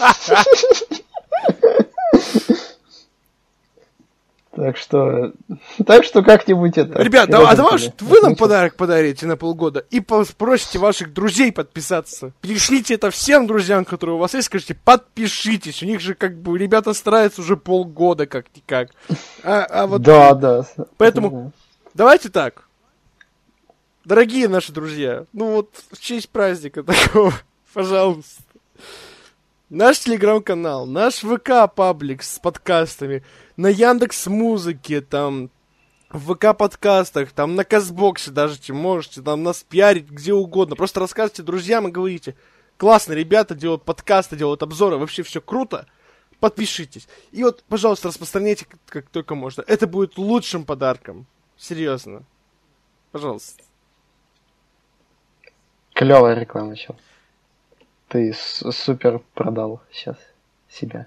Так что, так что как-нибудь это... Ребят, да, а давай вы нам подарок подарите на полгода и попросите ваших друзей подписаться. Перешлите это всем друзьям, которые у вас есть, скажите, подпишитесь. У них же как бы ребята стараются уже полгода как-никак. А, а вот да, да. Поэтому давайте так. Дорогие наши друзья, ну вот в честь праздника такого, пожалуйста. Наш телеграм-канал, наш ВК-паблик с подкастами, на Яндекс.Музыке, там, в ВК-подкастах, там на Казбоксе даже можете там нас пиарить где угодно. Просто рассказывайте друзьям и говорите: классно, ребята делают подкасты, делают обзоры, вообще все круто. Подпишитесь. И вот, пожалуйста, распространяйте как, как только можно. Это будет лучшим подарком. Серьезно. Пожалуйста. Клевая реклама, чел. Ты супер продал сейчас себя.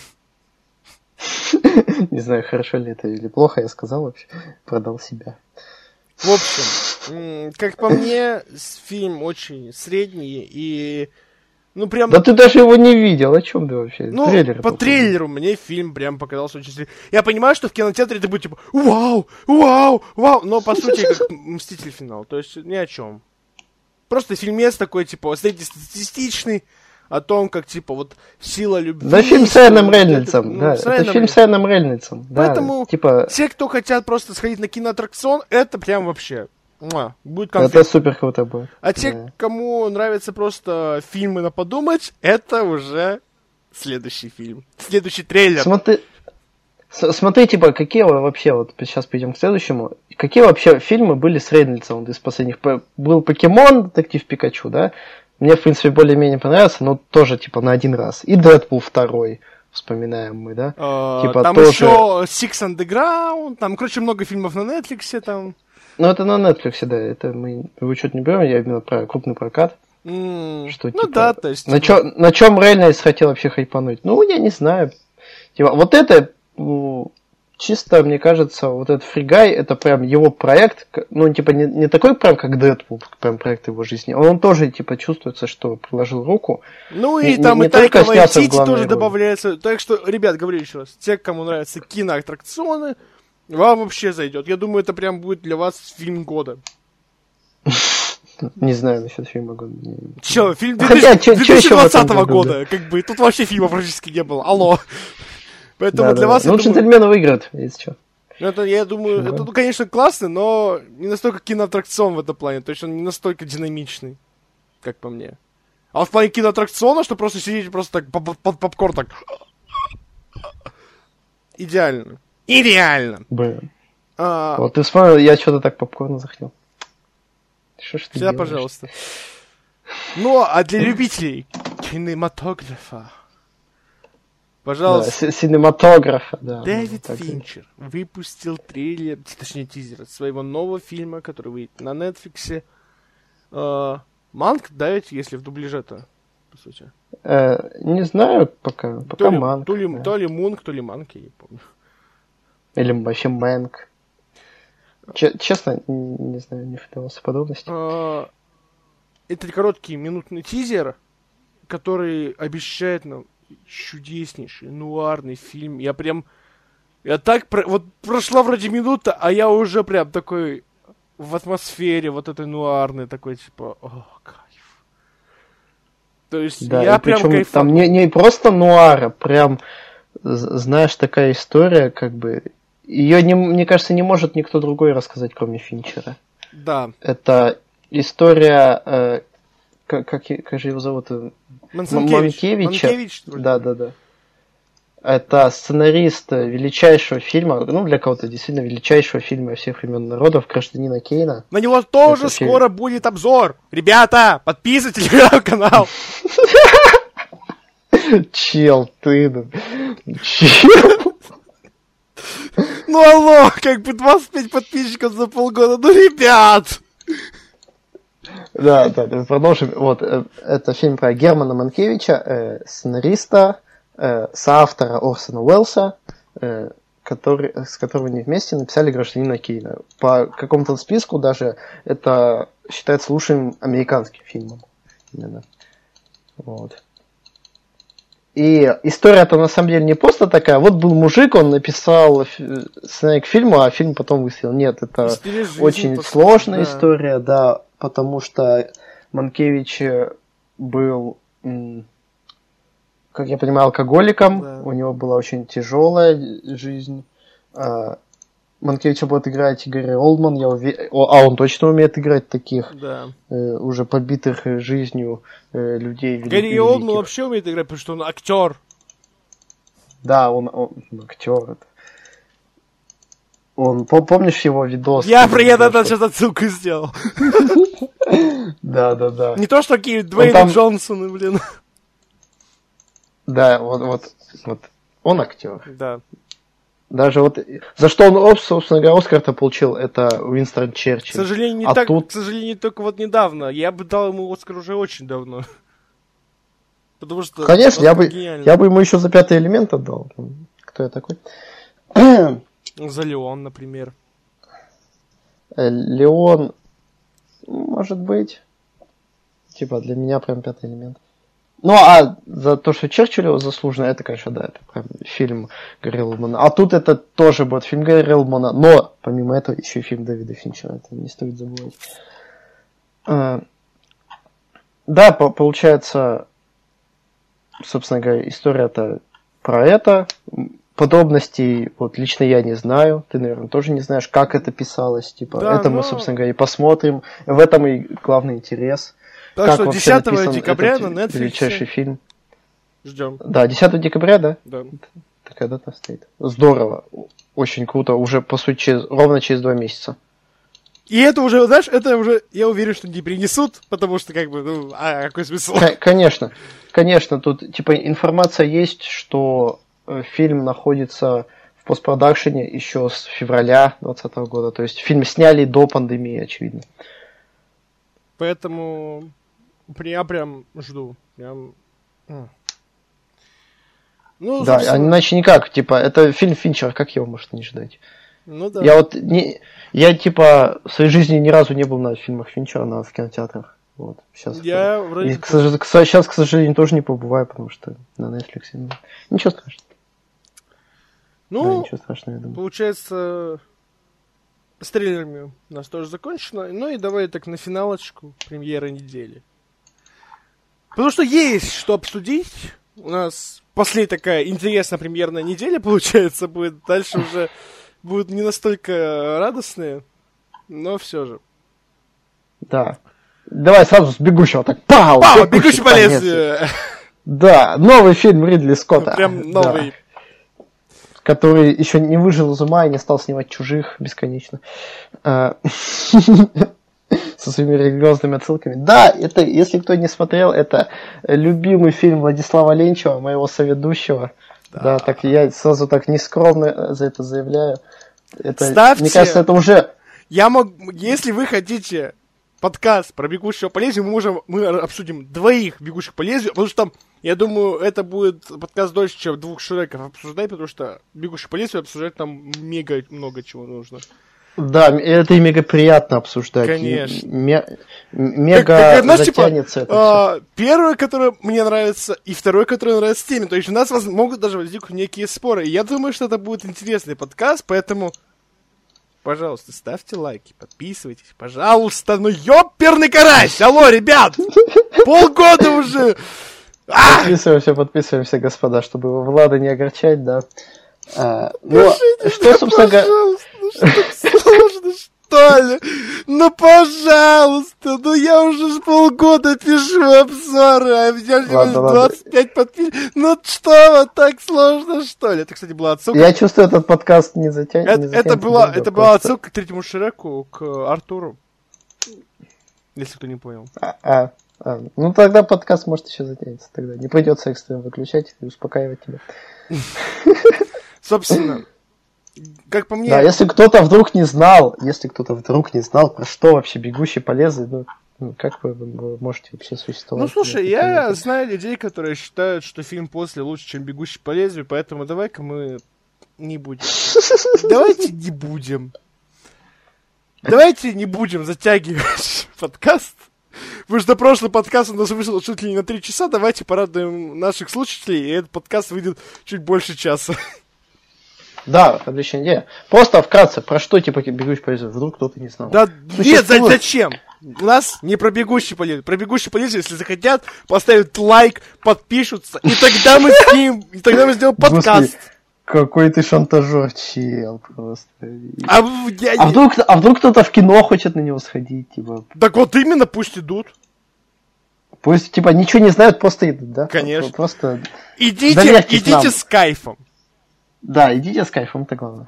Не знаю, хорошо ли это или плохо, я сказал вообще. Продал себя. В общем, как по мне, фильм очень средний и... Ну, прям... Да ты даже его не видел, о чем ты вообще? Ну, Трейлер по трейлеру мне фильм прям показался очень средний. Я понимаю, что в кинотеатре это будет типа вау, вау, вау, но по сути как Мститель финал, то есть ни о чем. Просто фильмец такой, типа, среднестатистичный, о том, как, типа, вот, сила любви... Да, фильм с Райаном Рейнольдсом, ну, да, с это Райаном... фильм с Райаном Рейнольдсом, да, Поэтому типа... те, кто хотят просто сходить на киноаттракцион, это прям вообще, муа, будет конфет. Это супер круто будет. А те, да. кому нравятся просто фильмы на подумать, это уже следующий фильм, следующий трейлер. Смотри... Смотри, типа, какие вообще, вот сейчас перейдем к следующему, какие вообще фильмы были с Рейнольдсом из последних? Был Покемон, Детектив Пикачу, да? Мне, в принципе, более-менее понравился, но тоже, типа, на один раз. И Дэдпул второй, вспоминаем мы, да? А, типа, там тоже... еще Six Underground, там, короче, много фильмов на Netflix, там. Ну, это на Netflix, да, это мы в учет не берем, я именно про крупный прокат. Mm, что, ну типа, да, то есть... На, чё, на чем Рейнольдс хотел вообще хайпануть? Ну, я не знаю. Типа, вот это... Чисто, мне кажется, вот этот Фригай, это прям его проект, ну, типа, не, не такой прям, как Дэдпул, прям проект его жизни, он тоже, типа, чувствуется, что приложил руку. Ну, и не, там не, и Тайка Вайтити тоже роли. добавляется. Так что, ребят, говорю еще раз, те, кому нравятся киноаттракционы, вам вообще зайдет. Я думаю, это прям будет для вас фильм года. Не знаю насчет фильма года. Че, фильм две тысячи двадцатого года, как бы, тут вообще фильма практически не было, алло. Поэтому да, для да, вас, да. Ну, думаю... джентльмены выиграют, если что. Это, я думаю, да. это, ну, конечно, классно, но не настолько киноаттракцион в этом плане. То есть он не настолько динамичный, как по мне. А вот в плане киноаттракциона, что просто сидите просто так под, под попкорн так... Идеально. Идеально. Блин. А... Вот ты вспомнил, я что-то так попкорна захотел. Что ж ты Всегда, делаешь? пожалуйста. Ну, а для любителей кинематографа, пожалуйста. Да, синематографа, да. Дэвид да, Финчер выпустил трейлер, точнее тизер своего нового фильма, который выйдет на Netflix. Uh, Манк, да, ведь, если в дубляже-то, по сути. Э, не знаю пока, пока то ли, Манк. То ли, да. то ли Мунк, то ли Манк, я не помню. Или вообще Мэнк. Ч- честно, не знаю, не вдавался в подробности. Uh, это короткий минутный тизер, который обещает нам чудеснейший нуарный фильм. Я прям... Я так... Про... Вот прошла вроде минута, а я уже прям такой в атмосфере вот этой нуарной, такой типа... О, кайф. То есть да, я прям кайфую. Там не, не просто нуара, прям, знаешь, такая история, как бы... Ее, не, мне кажется, не может никто другой рассказать, кроме Финчера. Да. Это история... Э, как, как, как же его зовут? Манкевич. Манкевича. Манкевич, да, да, да. Это сценарист величайшего фильма, ну, для кого-то действительно величайшего фильма всех времен народов, «Гражданина Кейна». На него тоже это скоро фильм. Будет обзор. Ребята, подписывайтесь на канал. Чел, ты... Чел. Ну, алло, как бы двадцать пять подписчиков за полгода. Ну, ребят! Да, да, продолжим. Вот, это фильм про Германа Манкевича, э, сценариста, э, соавтора Орсона Уэллса, э, который, с которым они вместе написали «Гражданина Кейна». По какому-то списку даже это считается лучшим американским фильмом. Именно. Вот. И история-то на самом деле не просто такая. Вот был мужик, он написал сценарий к фильму, а фильм потом выстрелил. Нет, это очень после... сложная да. история, да, потому что Манкевич был, как я понимаю, алкоголиком. Да. У него была очень тяжелая жизнь. Манкевича будет играть Гарри Олдман, я уверен, а он точно умеет играть таких да. э, уже побитых жизнью э, людей. Гарри Олдман вообще умеет играть, потому что он актер. Да, он, он, он актер. Он, помнишь его видос? Я приятно сейчас отсылку сделал. Да, да, да. Не то, что какие Дуэйн Джонсоны, блин. Да, вот, вот, вот. Он актер. Да. Даже вот за что он, собственно говоря, Оскар-то получил, это Уинстон Черчилль. К сожалению, не а так, тут... к сожалению, только вот недавно. Я бы дал ему Оскар уже очень давно. Потому что конечно, я бы, я бы ему еще за «Пятый элемент» отдал. Кто я такой? За Леон, например. Леон, может быть. Типа для меня прям «Пятый элемент». Ну, а за то, что Черчилль заслуженно, это, конечно, да, это прям фильм Гарри Олдмана. А тут это тоже будет фильм Гарри Олдмана, но, помимо этого, еще и фильм Дэвида Финчера, это не стоит забывать. А, да, по- получается, собственно говоря, история-то про это. Подробностей, вот, лично я не знаю, ты, наверное, тоже не знаешь, как это писалось, типа, да, это но... мы, собственно говоря, и посмотрим. В этом и главный интерес. Так как что десятого декабря на Netflix. Величайший фильм. Ждем. Да, десятого декабря, да? Да. Такая дата стоит. Здорово. Очень круто. Уже, по сути, через, ровно через два месяца. И это уже, знаешь, это уже, я уверен, что не перенесут, потому что, как бы, ну, а какой смысл? К- конечно. Конечно, тут, типа, информация есть, что э, фильм находится в постпродакшене еще с февраля двадцатого года. То есть фильм сняли до пандемии, очевидно. Поэтому я прям жду. Прям... Ну, да, собственно... иначе никак. Типа, это фильм Финчера, как его можно не ждать? Ну да. Я вот не, я типа в своей жизни ни разу не был на фильмах Финчера, на в кинотеатрах. Вот сейчас. Я вроде. И, к, к, сейчас, к сожалению, тоже не побываю, потому что на Netflix. Ну, ничего страшного. Ну, да, ничего страшного, я думаю. Получается, с трейлерами у нас тоже закончено. Ну и давай так на финалочку премьеры недели. Потому что есть что обсудить. У нас последняя такая интересная премьерная неделя, получается, будет. Дальше уже будут не настолько радостные, но все же. Да. Давай сразу с «Бегущего» так. Пау! Пау! «Бегущий по лезвию». Да, новый фильм Ридли Скотта. Прям новый. Да. Который еще не выжил из ума и не стал снимать «Чужих» бесконечно. Со своими религиозными отсылками. Да, это, если кто не смотрел, это любимый фильм Владислава Ленчева, моего соведущего. Да, да так я сразу так нескромно за это заявляю. Это, Ставьте... Мне кажется, это уже... Я мог... Если вы хотите подкаст про «Бегущего по лезвию», мы можем... Мы обсудим двоих «Бегущих по лезвию», потому что там, я думаю, это будет подкаст дольше, чем двух Шреков обсуждать, потому что «Бегущий по лезвию» обсуждать там мега много чего нужно. Да, это и мега приятно обсуждать. Конечно. Ме- мега как, как, знаешь, затянется типа, это а, первое, которое мне нравится, и второе, которое нравится теме. То есть у нас могут даже возникнуть некие споры. И я думаю, что это будет интересный подкаст, поэтому, пожалуйста, ставьте лайки, подписывайтесь, пожалуйста. Ну, ёперный карась! Алло, ребят! Полгода уже! Подписываемся, подписываемся, господа, чтобы Влада не огорчать, да. А, ну, что, собственно говоря... Ну что, так сложно, что ли? Ну, пожалуйста, ну я уже ж полгода пишу обзоры, а у меня же двадцать пять подписчиков. Ну что, вот так сложно, что ли? Это, кстати, была отсылка... Я чувствую, этот подкаст не затянет. Это, это, была, это была отсылка к третьему Шреку, к Артуру. Если кто не понял. А, а, а. Ну, тогда подкаст может еще затянется. Тогда не придется экстренно выключать и успокаивать тебя. Собственно, как по мне... Да, если кто-то вдруг не знал, если кто-то вдруг не знал, про что вообще «Бегущий по лезвию», ну, как вы, вы можете вообще существовать? Ну, слушай, я фильме? знаю людей, которые считают, что фильм «После» лучше, чем «Бегущий по лезвию», поэтому давай-ка мы не будем. Давайте не будем. Давайте не будем затягивать подкаст. Потому что прошлый подкаст у нас вышел чуть ли не на три часа. Давайте порадуем наших слушателей, и этот подкаст выйдет чуть больше часа. Да, отличная идея. Просто вкратце, про что типа «Бегущий по лезвию», вдруг кто-то не знал. Да нет, за, зачем? У нас не про «Бегущий по лезвию». Про «Бегущий по лезвию», если захотят, поставят лайк, подпишутся, и тогда мы с ним, и тогда мы сделаем подкаст. Господи, какой ты шантажер, чел, просто. А, я... а, вдруг, а вдруг кто-то в кино хочет на него сходить, типа. Так вот именно, пусть идут. Пусть, типа, ничего не знают, просто идут, да? Конечно. Просто идите, идите с кайфом. Да, идите с кайфом, это главное.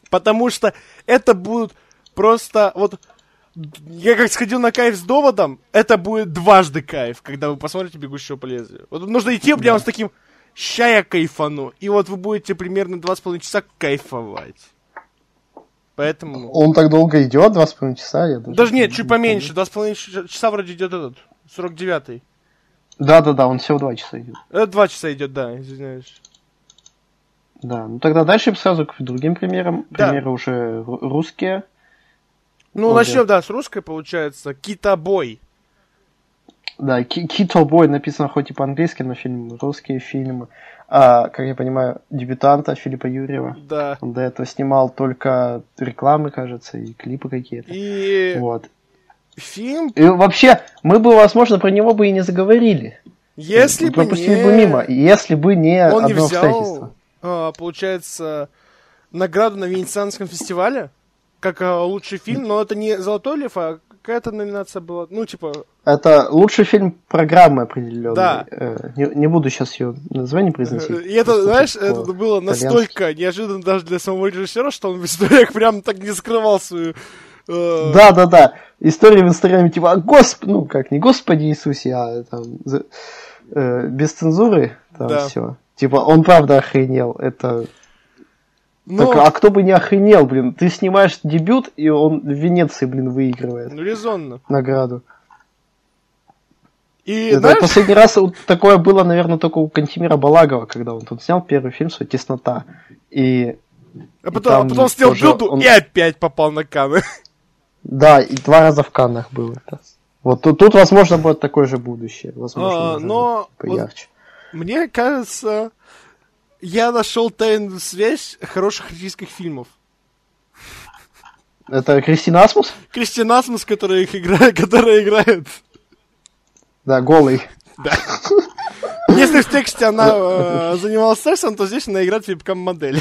Потому что это будут просто вот... Я как сходил на кайф с доводом, это будет дважды кайф, когда вы посмотрите «Бегущего по лезвию». Вот нужно идти прямо да. с таким «ща я кайфану», и вот вы будете примерно два с половиной часа кайфовать. Поэтому... Он так долго идет, два с половиной часа? Я даже даже нет, чуть поменьше, два с половиной часа вроде идет этот, сорок девятый. Да-да-да, он всего два часа идет. Это два часа идет, да, извиняюсь. Да, ну тогда дальше сразу к другим примерам. Да. Примеры уже русские. Ну, вот начнем, да, с русской, получается. «Китобой». Да, «Китобой» написано хоть и по-английски, но фильм русские фильмы. А, как я понимаю, дебютанта Филиппа Юрьева. Да. Он до этого снимал только рекламы, кажется, и клипы какие-то. И... Вот. Фильм... И вообще, мы бы, возможно, про него бы и не заговорили. Если бы пропустили не... бы мимо, если бы не Он одно не взял, обстоятельство. А, получается, награду на Венецианском фестивале, как а, лучший фильм, но это не «Золотой лев», а какая-то номинация была, ну, типа... Это лучший фильм программы определенной. Да. Э, не, не буду сейчас ее название произносить. И это, знаешь, это было настолько неожиданно даже для самого режиссера, что он в историях прям так не скрывал свою... Э... Да, да, да. История в Инстаграме типа, Госп... ну как, не Господи Иисусе, а там э, без цензуры, там да. все. Типа, он правда охренел. Это... Но... Так, а кто бы не охренел, блин? Ты снимаешь дебют, и он в Венеции, блин, выигрывает. Ну, резонно. Награду. И, это знаешь... Последний раз вот такое было, наверное, только у Кантемира Балагова, когда он тут снял первый фильм свой «Теснота». И... А потом, а потом снял «Билду» он... и опять попал на Канны. Да, и два раза в Каннах было это. Вот тут, тут, возможно, будет такое же будущее. Возможно, а, но поярче. Вот, мне кажется, я нашел тайную связь хороших российских фильмов. Это Кристина Асмус? Кристина Асмус, которая их играет, которая играет. Да, голый. Да. Если в тексте она э, занималась сексом, то здесь она играет вебкам-модель.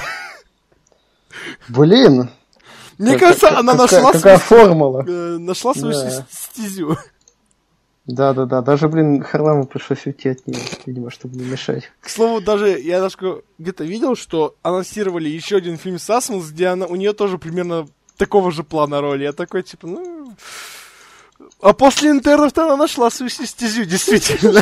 Блин. Мне как, кажется, как, она какая, нашла какая свою, формула. Э, нашла свою да. стезю. Да-да-да, даже, блин, Харламову пришлось уйти от нее, видимо, чтобы не мешать. К слову, даже я даже где-то видел, что анонсировали еще один фильм с Асмус, где она, у нее тоже примерно такого же плана роли. Я такой, типа, ну... А после «Интернов»-то она нашла свою стезю, действительно.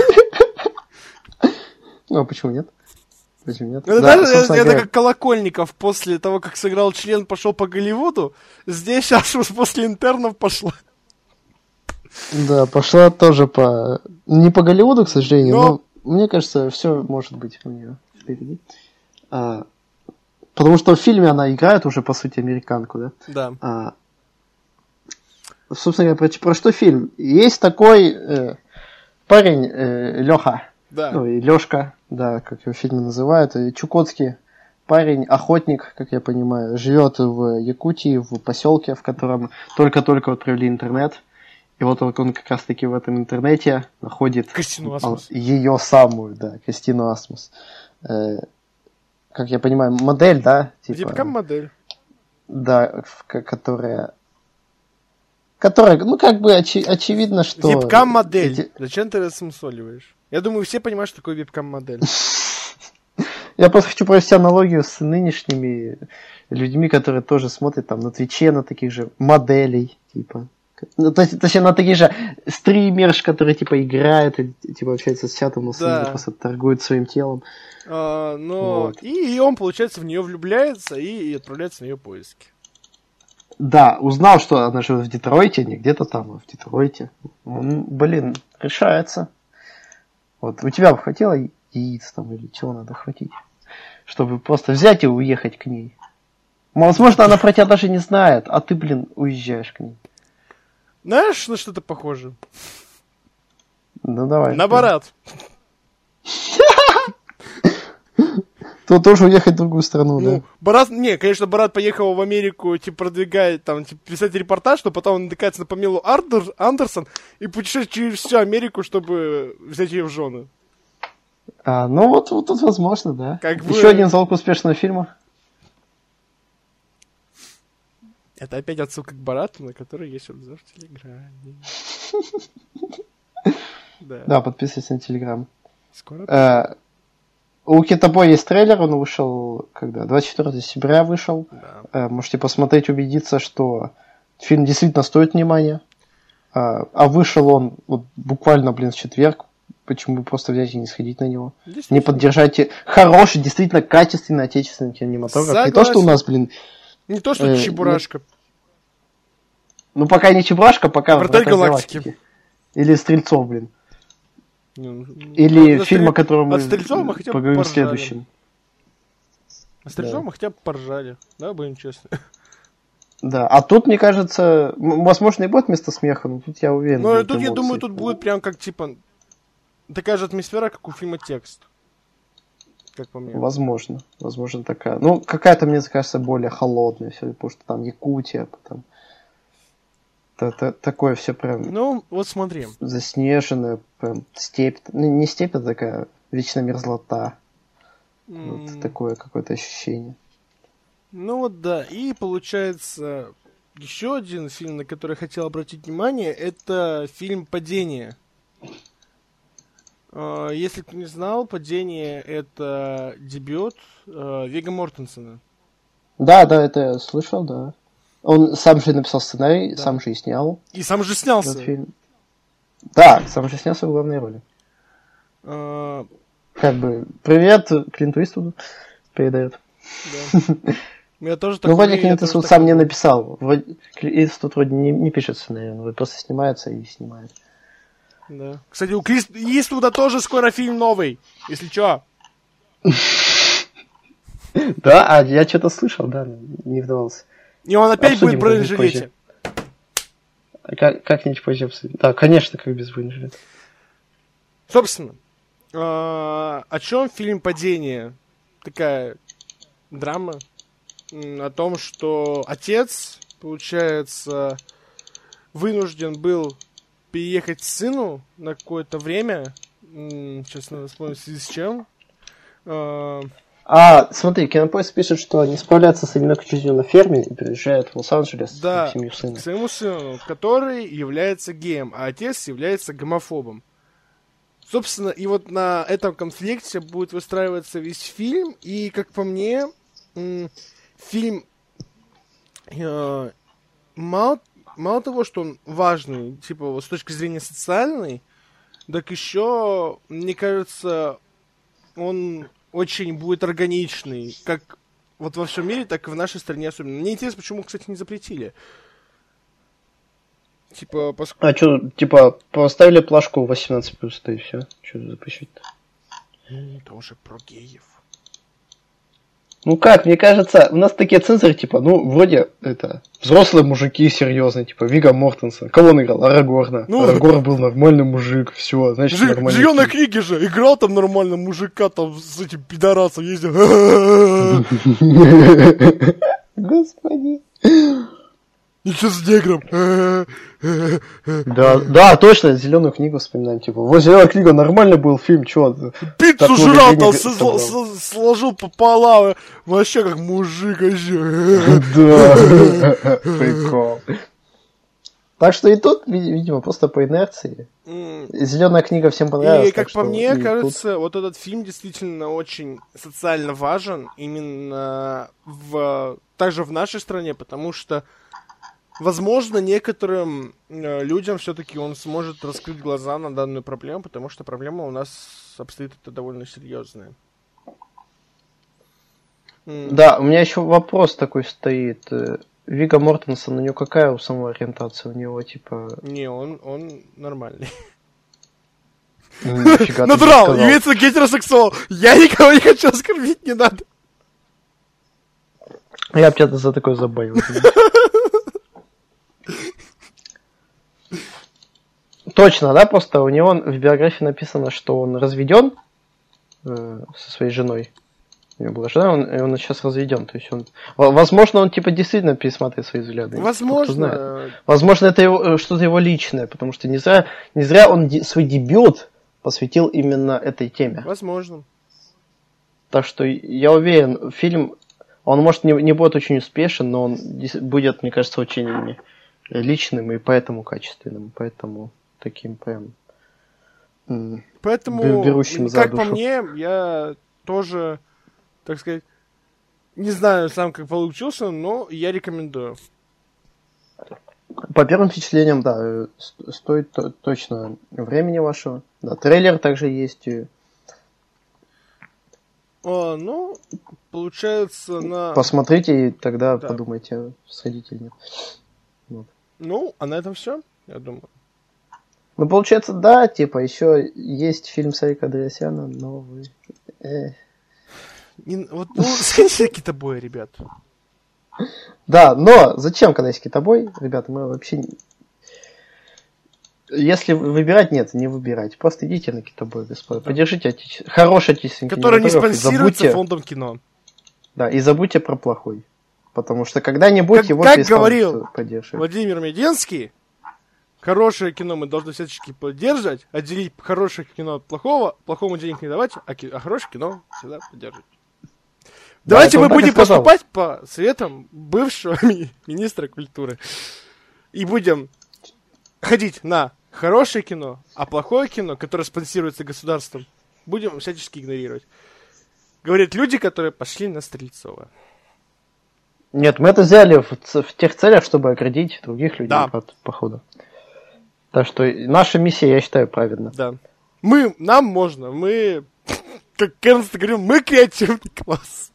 Ну, а почему нет? Почему нет? Это, да, даже, это как Колокольников после того, как сыграл член, пошел по Голливуду. Здесь Асмус после «Интернов» пошла. Да, пошла тоже по... Не по Голливуду, к сожалению, но, но мне кажется, все может быть у нее впереди. А, потому что в фильме она играет уже, по сути, американку, да? Да. А, собственно говоря, про, про что фильм? Есть такой э, парень, э, Леха. Да. Ну, и Лешка, да, как его в фильме называют. И чукотский парень, охотник, как я понимаю, живет в Якутии, в поселке, в котором только-только вот провели интернет. И вот он, он как раз-таки в этом интернете находит ее самую, да, Кристину Асмус. Э, как я понимаю, модель, да? Типа, вебкам-модель. Да, которая... Которая, ну, как бы очи- очевидно, что... Вебкам-модель. Эти... Зачем ты рассмысоливаешь? Я думаю, все понимают, что такое вебкам-модель. Я просто хочу провести аналогию с нынешними людьми, которые тоже смотрят там на Твиче на таких же моделей, типа... Ну, то есть, точнее, на такие же стримерш, которые, типа, играют, и, типа, общаются с чатом, но да. просто торгуют своим телом. А, но... Вот. И, и он, получается, в нее влюбляется и, и отправляется на ее поиски. Да, узнал, что она живет в Детройте, не где-то там, а в Детройте. Он, блин, решается. Вот, у тебя бы хватило яиц там, или чего надо хватить? Чтобы просто взять и уехать к ней. Возможно, она про тебя даже не знает, а ты, блин, уезжаешь к ней. Знаешь, на что-то похоже? Ну, давай. На Борат. То тоже уехать в другую страну, ну, да? Борат, не, конечно, Борат поехал в Америку, типа, продвигает, там, типа, писать репортаж, но потом он натыкается на Памелу Ардер, Андерсон и путешествует через всю Америку, чтобы взять ее в жены. А, ну, вот, вот тут возможно, да. Как Еще бы... один залог успешного фильма. Это опять отсылка к Борату, на который есть обзор в Телеграме. Да. Да, подписывайся на Телеграм. Скоро. У Китобоя есть трейлер, он вышел, когда? двадцать четвёртого сентября вышел. Да. Можете посмотреть, убедиться, что фильм действительно стоит внимания. А, а вышел он вот буквально, блин, в четверг. Почему бы просто взять и не сходить на него? Не поддержать хороший, действительно качественный отечественный кинематограф. Согласен. Не то, что у нас, блин... Не то, что э, Чебурашка. Не... Ну, пока не Чебурашка, пока... Вратарь галактики. Или Стрельцов, блин. Или ну, фильм, о котором мы поговорим в следующем. А Стрельцова да. мы хотя бы поржали. Да, будем честны. Да, а тут, мне кажется, возможно, и будет место смеха, но тут я уверен. Ну, тут, я думаю, тут будет прям как, типа, такая же атмосфера, как у фильма «Текст». Как по мне. Возможно, возможно, такая. Ну, какая-то, мне кажется, более холодная, все, потому что там Якутия, потом... Такое все прям... Ну, вот смотри. Заснеженная, прям степь. Ну, не степь, а такая вечная мерзлота. Mm. Вот такое какое-то ощущение. Ну вот да, и получается еще один фильм, на который я хотел обратить внимание, это фильм «Падение». Если кто не знал, «Падение» — это дебют Вигго Мортенсена. Да, да, это я слышал, да. Он сам же написал сценарий, да. сам же и снял. И сам же снялся. Этот фильм. Да, сам же снялся в главной роли. А... Как бы, привет Клинту Иствуду передает. Да. Я тоже так ну, вроде Клинт Иствуд сам не написал. Иствуд вроде не, не пишет сценарий, он просто снимается и снимает. Да. Кстати, у Клинт Иствуда тоже скоро фильм новый, если чё. Да, а я что-то слышал, да, не вдавался. И он опять будет в бронежилете. Как, как-нибудь позже обсудим. Да, конечно, как без бронежилета. Собственно, э- о чем фильм «Падение»? Такая драма о том, что отец, получается, вынужден был переехать к сыну на какое-то время. Сейчас надо вспомнить, в связи с чем. Э- А, смотри, Кинопоиск пишет, что не справляется с одинокой жизнью на ферме и переезжает в Лос-Анджелес да, к семью сына. к своему сыну, который является геем, а отец является гомофобом. Собственно, и вот на этом конфликте будет выстраиваться весь фильм, и, как по мне, м- фильм э- мало, мало того, что он важный, типа, вот с точки зрения социальной, так еще, мне кажется, он... очень будет органичный, как вот во всем мире, так и в нашей стране особенно. Мне интересно, почему, кстати, не запретили. Типа, поск... А что, типа, поставили плашку восемнадцать плюс, да и все. Что запрещать-то? Ну, это уже про геев. Ну как, мне кажется, у нас такие цензоры, типа, ну, вроде, это, взрослые мужики серьезные, типа, Вигго Мортенсен. Кого он играл? Арагорна. Ну, Арагорн был нормальный мужик, все, значит, Ж- нормальный. В зеленой книге же играл там нормально мужика, там с этим пидорасом ездил. Господи. И что с негром? Да, да, точно, зеленую книгу вспоминаем, типа, вот зеленая книга нормально был фильм, чё? Пиццу жрал, там сложил пополам, вообще как мужик вообще. Да, прикол. Так что и тут, видимо, просто по инерции. Зеленая книга всем понравилась. И, как по мне, кажется, вот этот фильм действительно очень социально важен, именно в также в нашей стране, потому что возможно, некоторым э, людям все-таки он сможет раскрыть глаза на данную проблему, потому что проблема у нас обстоит это довольно серьезная. Да, у меня еще вопрос такой стоит. Вигго Мортенсен, у него какая у самого ориентация? У него типа... Не, он, он нормальный. Ну, натурал, имеется гетеросексуал. Я никого не хочу оскорбить, не надо. Я бы тебя за такое забанил. Точно, да, просто у него в биографии написано, что он разведен э, со своей женой. У него была жена, он, и он сейчас разведен. То есть он, возможно, он типа действительно пересматривает свои взгляды. Возможно. Возможно, это его, что-то его личное, потому что не зря, не зря он де, свой дебют посвятил именно этой теме. Возможно. Так что я уверен, фильм, он может не, не будет очень успешен, но он будет, мне кажется, очень личным и поэтому качественным, поэтому таким прям поэтому, берущим за как душу. по мне, я тоже, так сказать, не знаю сам, как получился, но я рекомендую. По первым впечатлениям, да, стоит то- точно времени вашего. Да, трейлер также есть. И... А, ну, получается на... Посмотрите и тогда да. подумайте, сходите или нет. Вот. Ну, а на этом все, я думаю. Ну, получается, да, типа, еще есть фильм Сарика Андреасяна, но вы... Э. Не, вот, ну, сходите китобоя, ребят. Да, но зачем, когда есть китобой, ребята, мы вообще... Если выбирать, нет, не выбирайте. Просто идите на китобой бесплатно. Да. Поддержите отече... хороший отечественный который не спонсируется забудьте... фондом кино. Да, и забудьте про плохой. Потому что когда-нибудь как, его как говорил поддерживать. Владимир Мединский, хорошее кино мы должны всячески поддерживать, отделить хорошее кино от плохого, плохому денег не давать, а, ки- а хорошее кино всегда поддерживать. Да, давайте мы будем поступать по советам бывшего ми- министра культуры. И будем ходить на хорошее кино, а плохое кино, которое спонсируется государством, будем всячески игнорировать. Говорят люди, которые пошли на Стрельцова. Нет, мы это взяли в, в тех целях, чтобы оградить других людей да. от похода. Так что наша миссия, я считаю, правильна. Да. Мы, нам можно, мы, как Кэрнст говорил, мы креативный класс.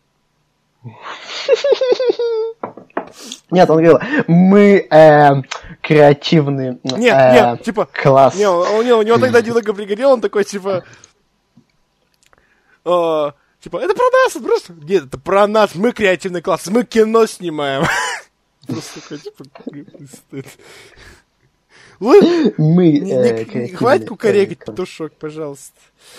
Нет, он говорил, мы э, креативный нет, э, нет, типа, класс. Не, у, него, у него тогда немного пригорел, он такой, типа, э, типа, это про нас, это просто... Нет, это про нас, мы креативный класс, мы кино снимаем. Просто такой, типа, мы хватит кукарекать, петушок, пожалуйста.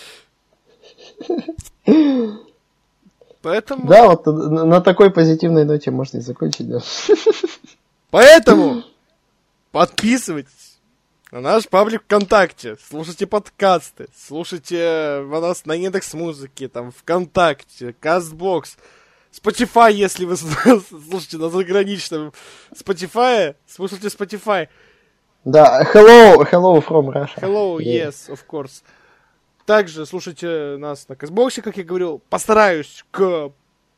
Поэтому... Да, вот на такой позитивной ноте можно и закончить, да. Поэтому подписывайтесь на наш паблик ВКонтакте, слушайте подкасты, слушайте нас на Яндекс.Музыке, там, ВКонтакте, Кастбокс, Spotify, если вы слушаете на заграничном Spotify, слушайте Spotify. Да, hello, hello from Russia. Hello, yeah. Yes, of course. Также слушайте нас на Кастбоксе, как я говорил. Постараюсь к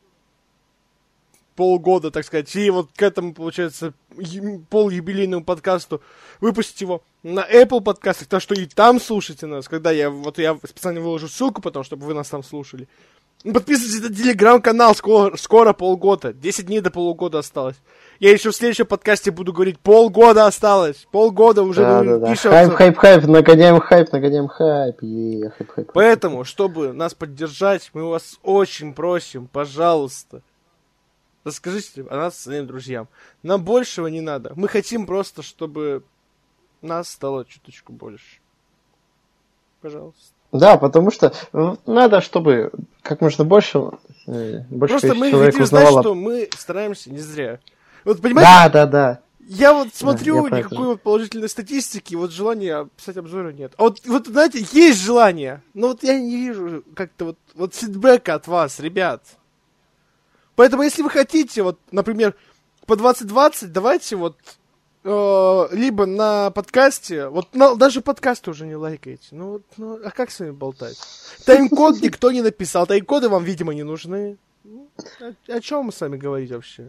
полгода, так сказать, и вот к этому, получается, полюбилейному подкасту выпустить его на Apple подкастах, так что и там слушайте нас, когда я, вот я специально выложу ссылку потом, чтобы вы нас там слушали. Подписывайтесь на телеграм-канал, скоро, скоро полгода, десять дней до полугода осталось. Я еще в следующем подкасте буду говорить, полгода осталось, полгода уже да, да, да. Пишется. Хайп, хайп, хайп, нагоняем хайп, нагоняем хайп. Е, хайп, хайп. Поэтому, чтобы нас поддержать, мы вас очень просим, пожалуйста, расскажите о нас своим друзьям. Нам большего не надо. Мы хотим просто, чтобы нас стало чуточку больше. Пожалуйста. Да, потому что надо, чтобы как можно больше, э, больше просто мы человек хотим узнавало. знать, что мы стараемся не зря. Вот понимаете? Да, да, да. Я вот смотрю, да, я никакой вот положительной статистики, вот желания писать обзоры нет. А вот, вот, знаете, есть желание, но вот я не вижу как-то вот, вот фидбэка от вас, ребят. Поэтому, если вы хотите, вот, например, по двадцать двадцать, давайте вот э, либо на подкасте, вот на, даже подкасты уже не лайкаете. Ну, вот, ну, а как с вами болтать? Тайм-код никто не написал, тайм-коды вам, видимо, не нужны. Ну, о, о чем мы с вами говорить вообще?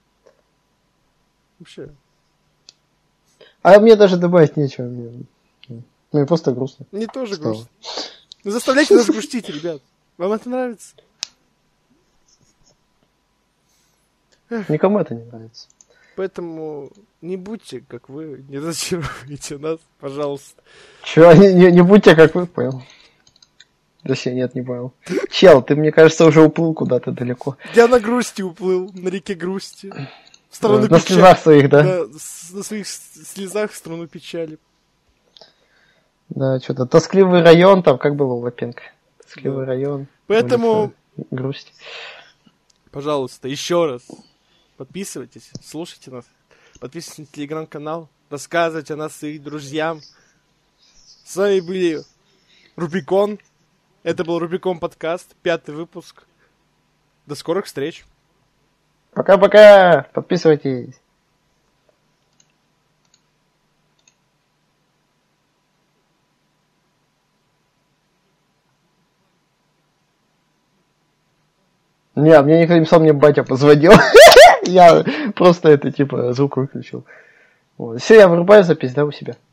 Вообще. А мне даже добавить нечего. Мне, мне просто грустно. Мне тоже стало. Грустно. Ну, заставляйте нас грустить, ребят. Вам это нравится? Никому это не нравится. Поэтому не будьте, как вы, не разочаровывайте нас, пожалуйста. Чего? Не, не, не будьте, как вы, понял. Точнее, нет, не понял. Чел, ты, мне кажется, уже уплыл куда-то далеко. Я на грусти уплыл, на реке грусти. В страну да, печали. На слезах своих, да? Да, на своих слезах в страну печали. Да, что-то тоскливый район, там, как было у Лапенко? Тоскливый да. район. Поэтому... Грусть. Пожалуйста, еще раз. Подписывайтесь, слушайте нас. Подписывайтесь на телеграм-канал. Рассказывайте о нас своим друзьям. С вами были Рубикон. Это был Рубикон подкаст, пятый выпуск. До скорых встреч. Пока-пока. Подписывайтесь. Не, мне никто не писал, мне батя позвонил. Я просто это, типа, звук выключил. Все, я вырубаю запись, да, у себя.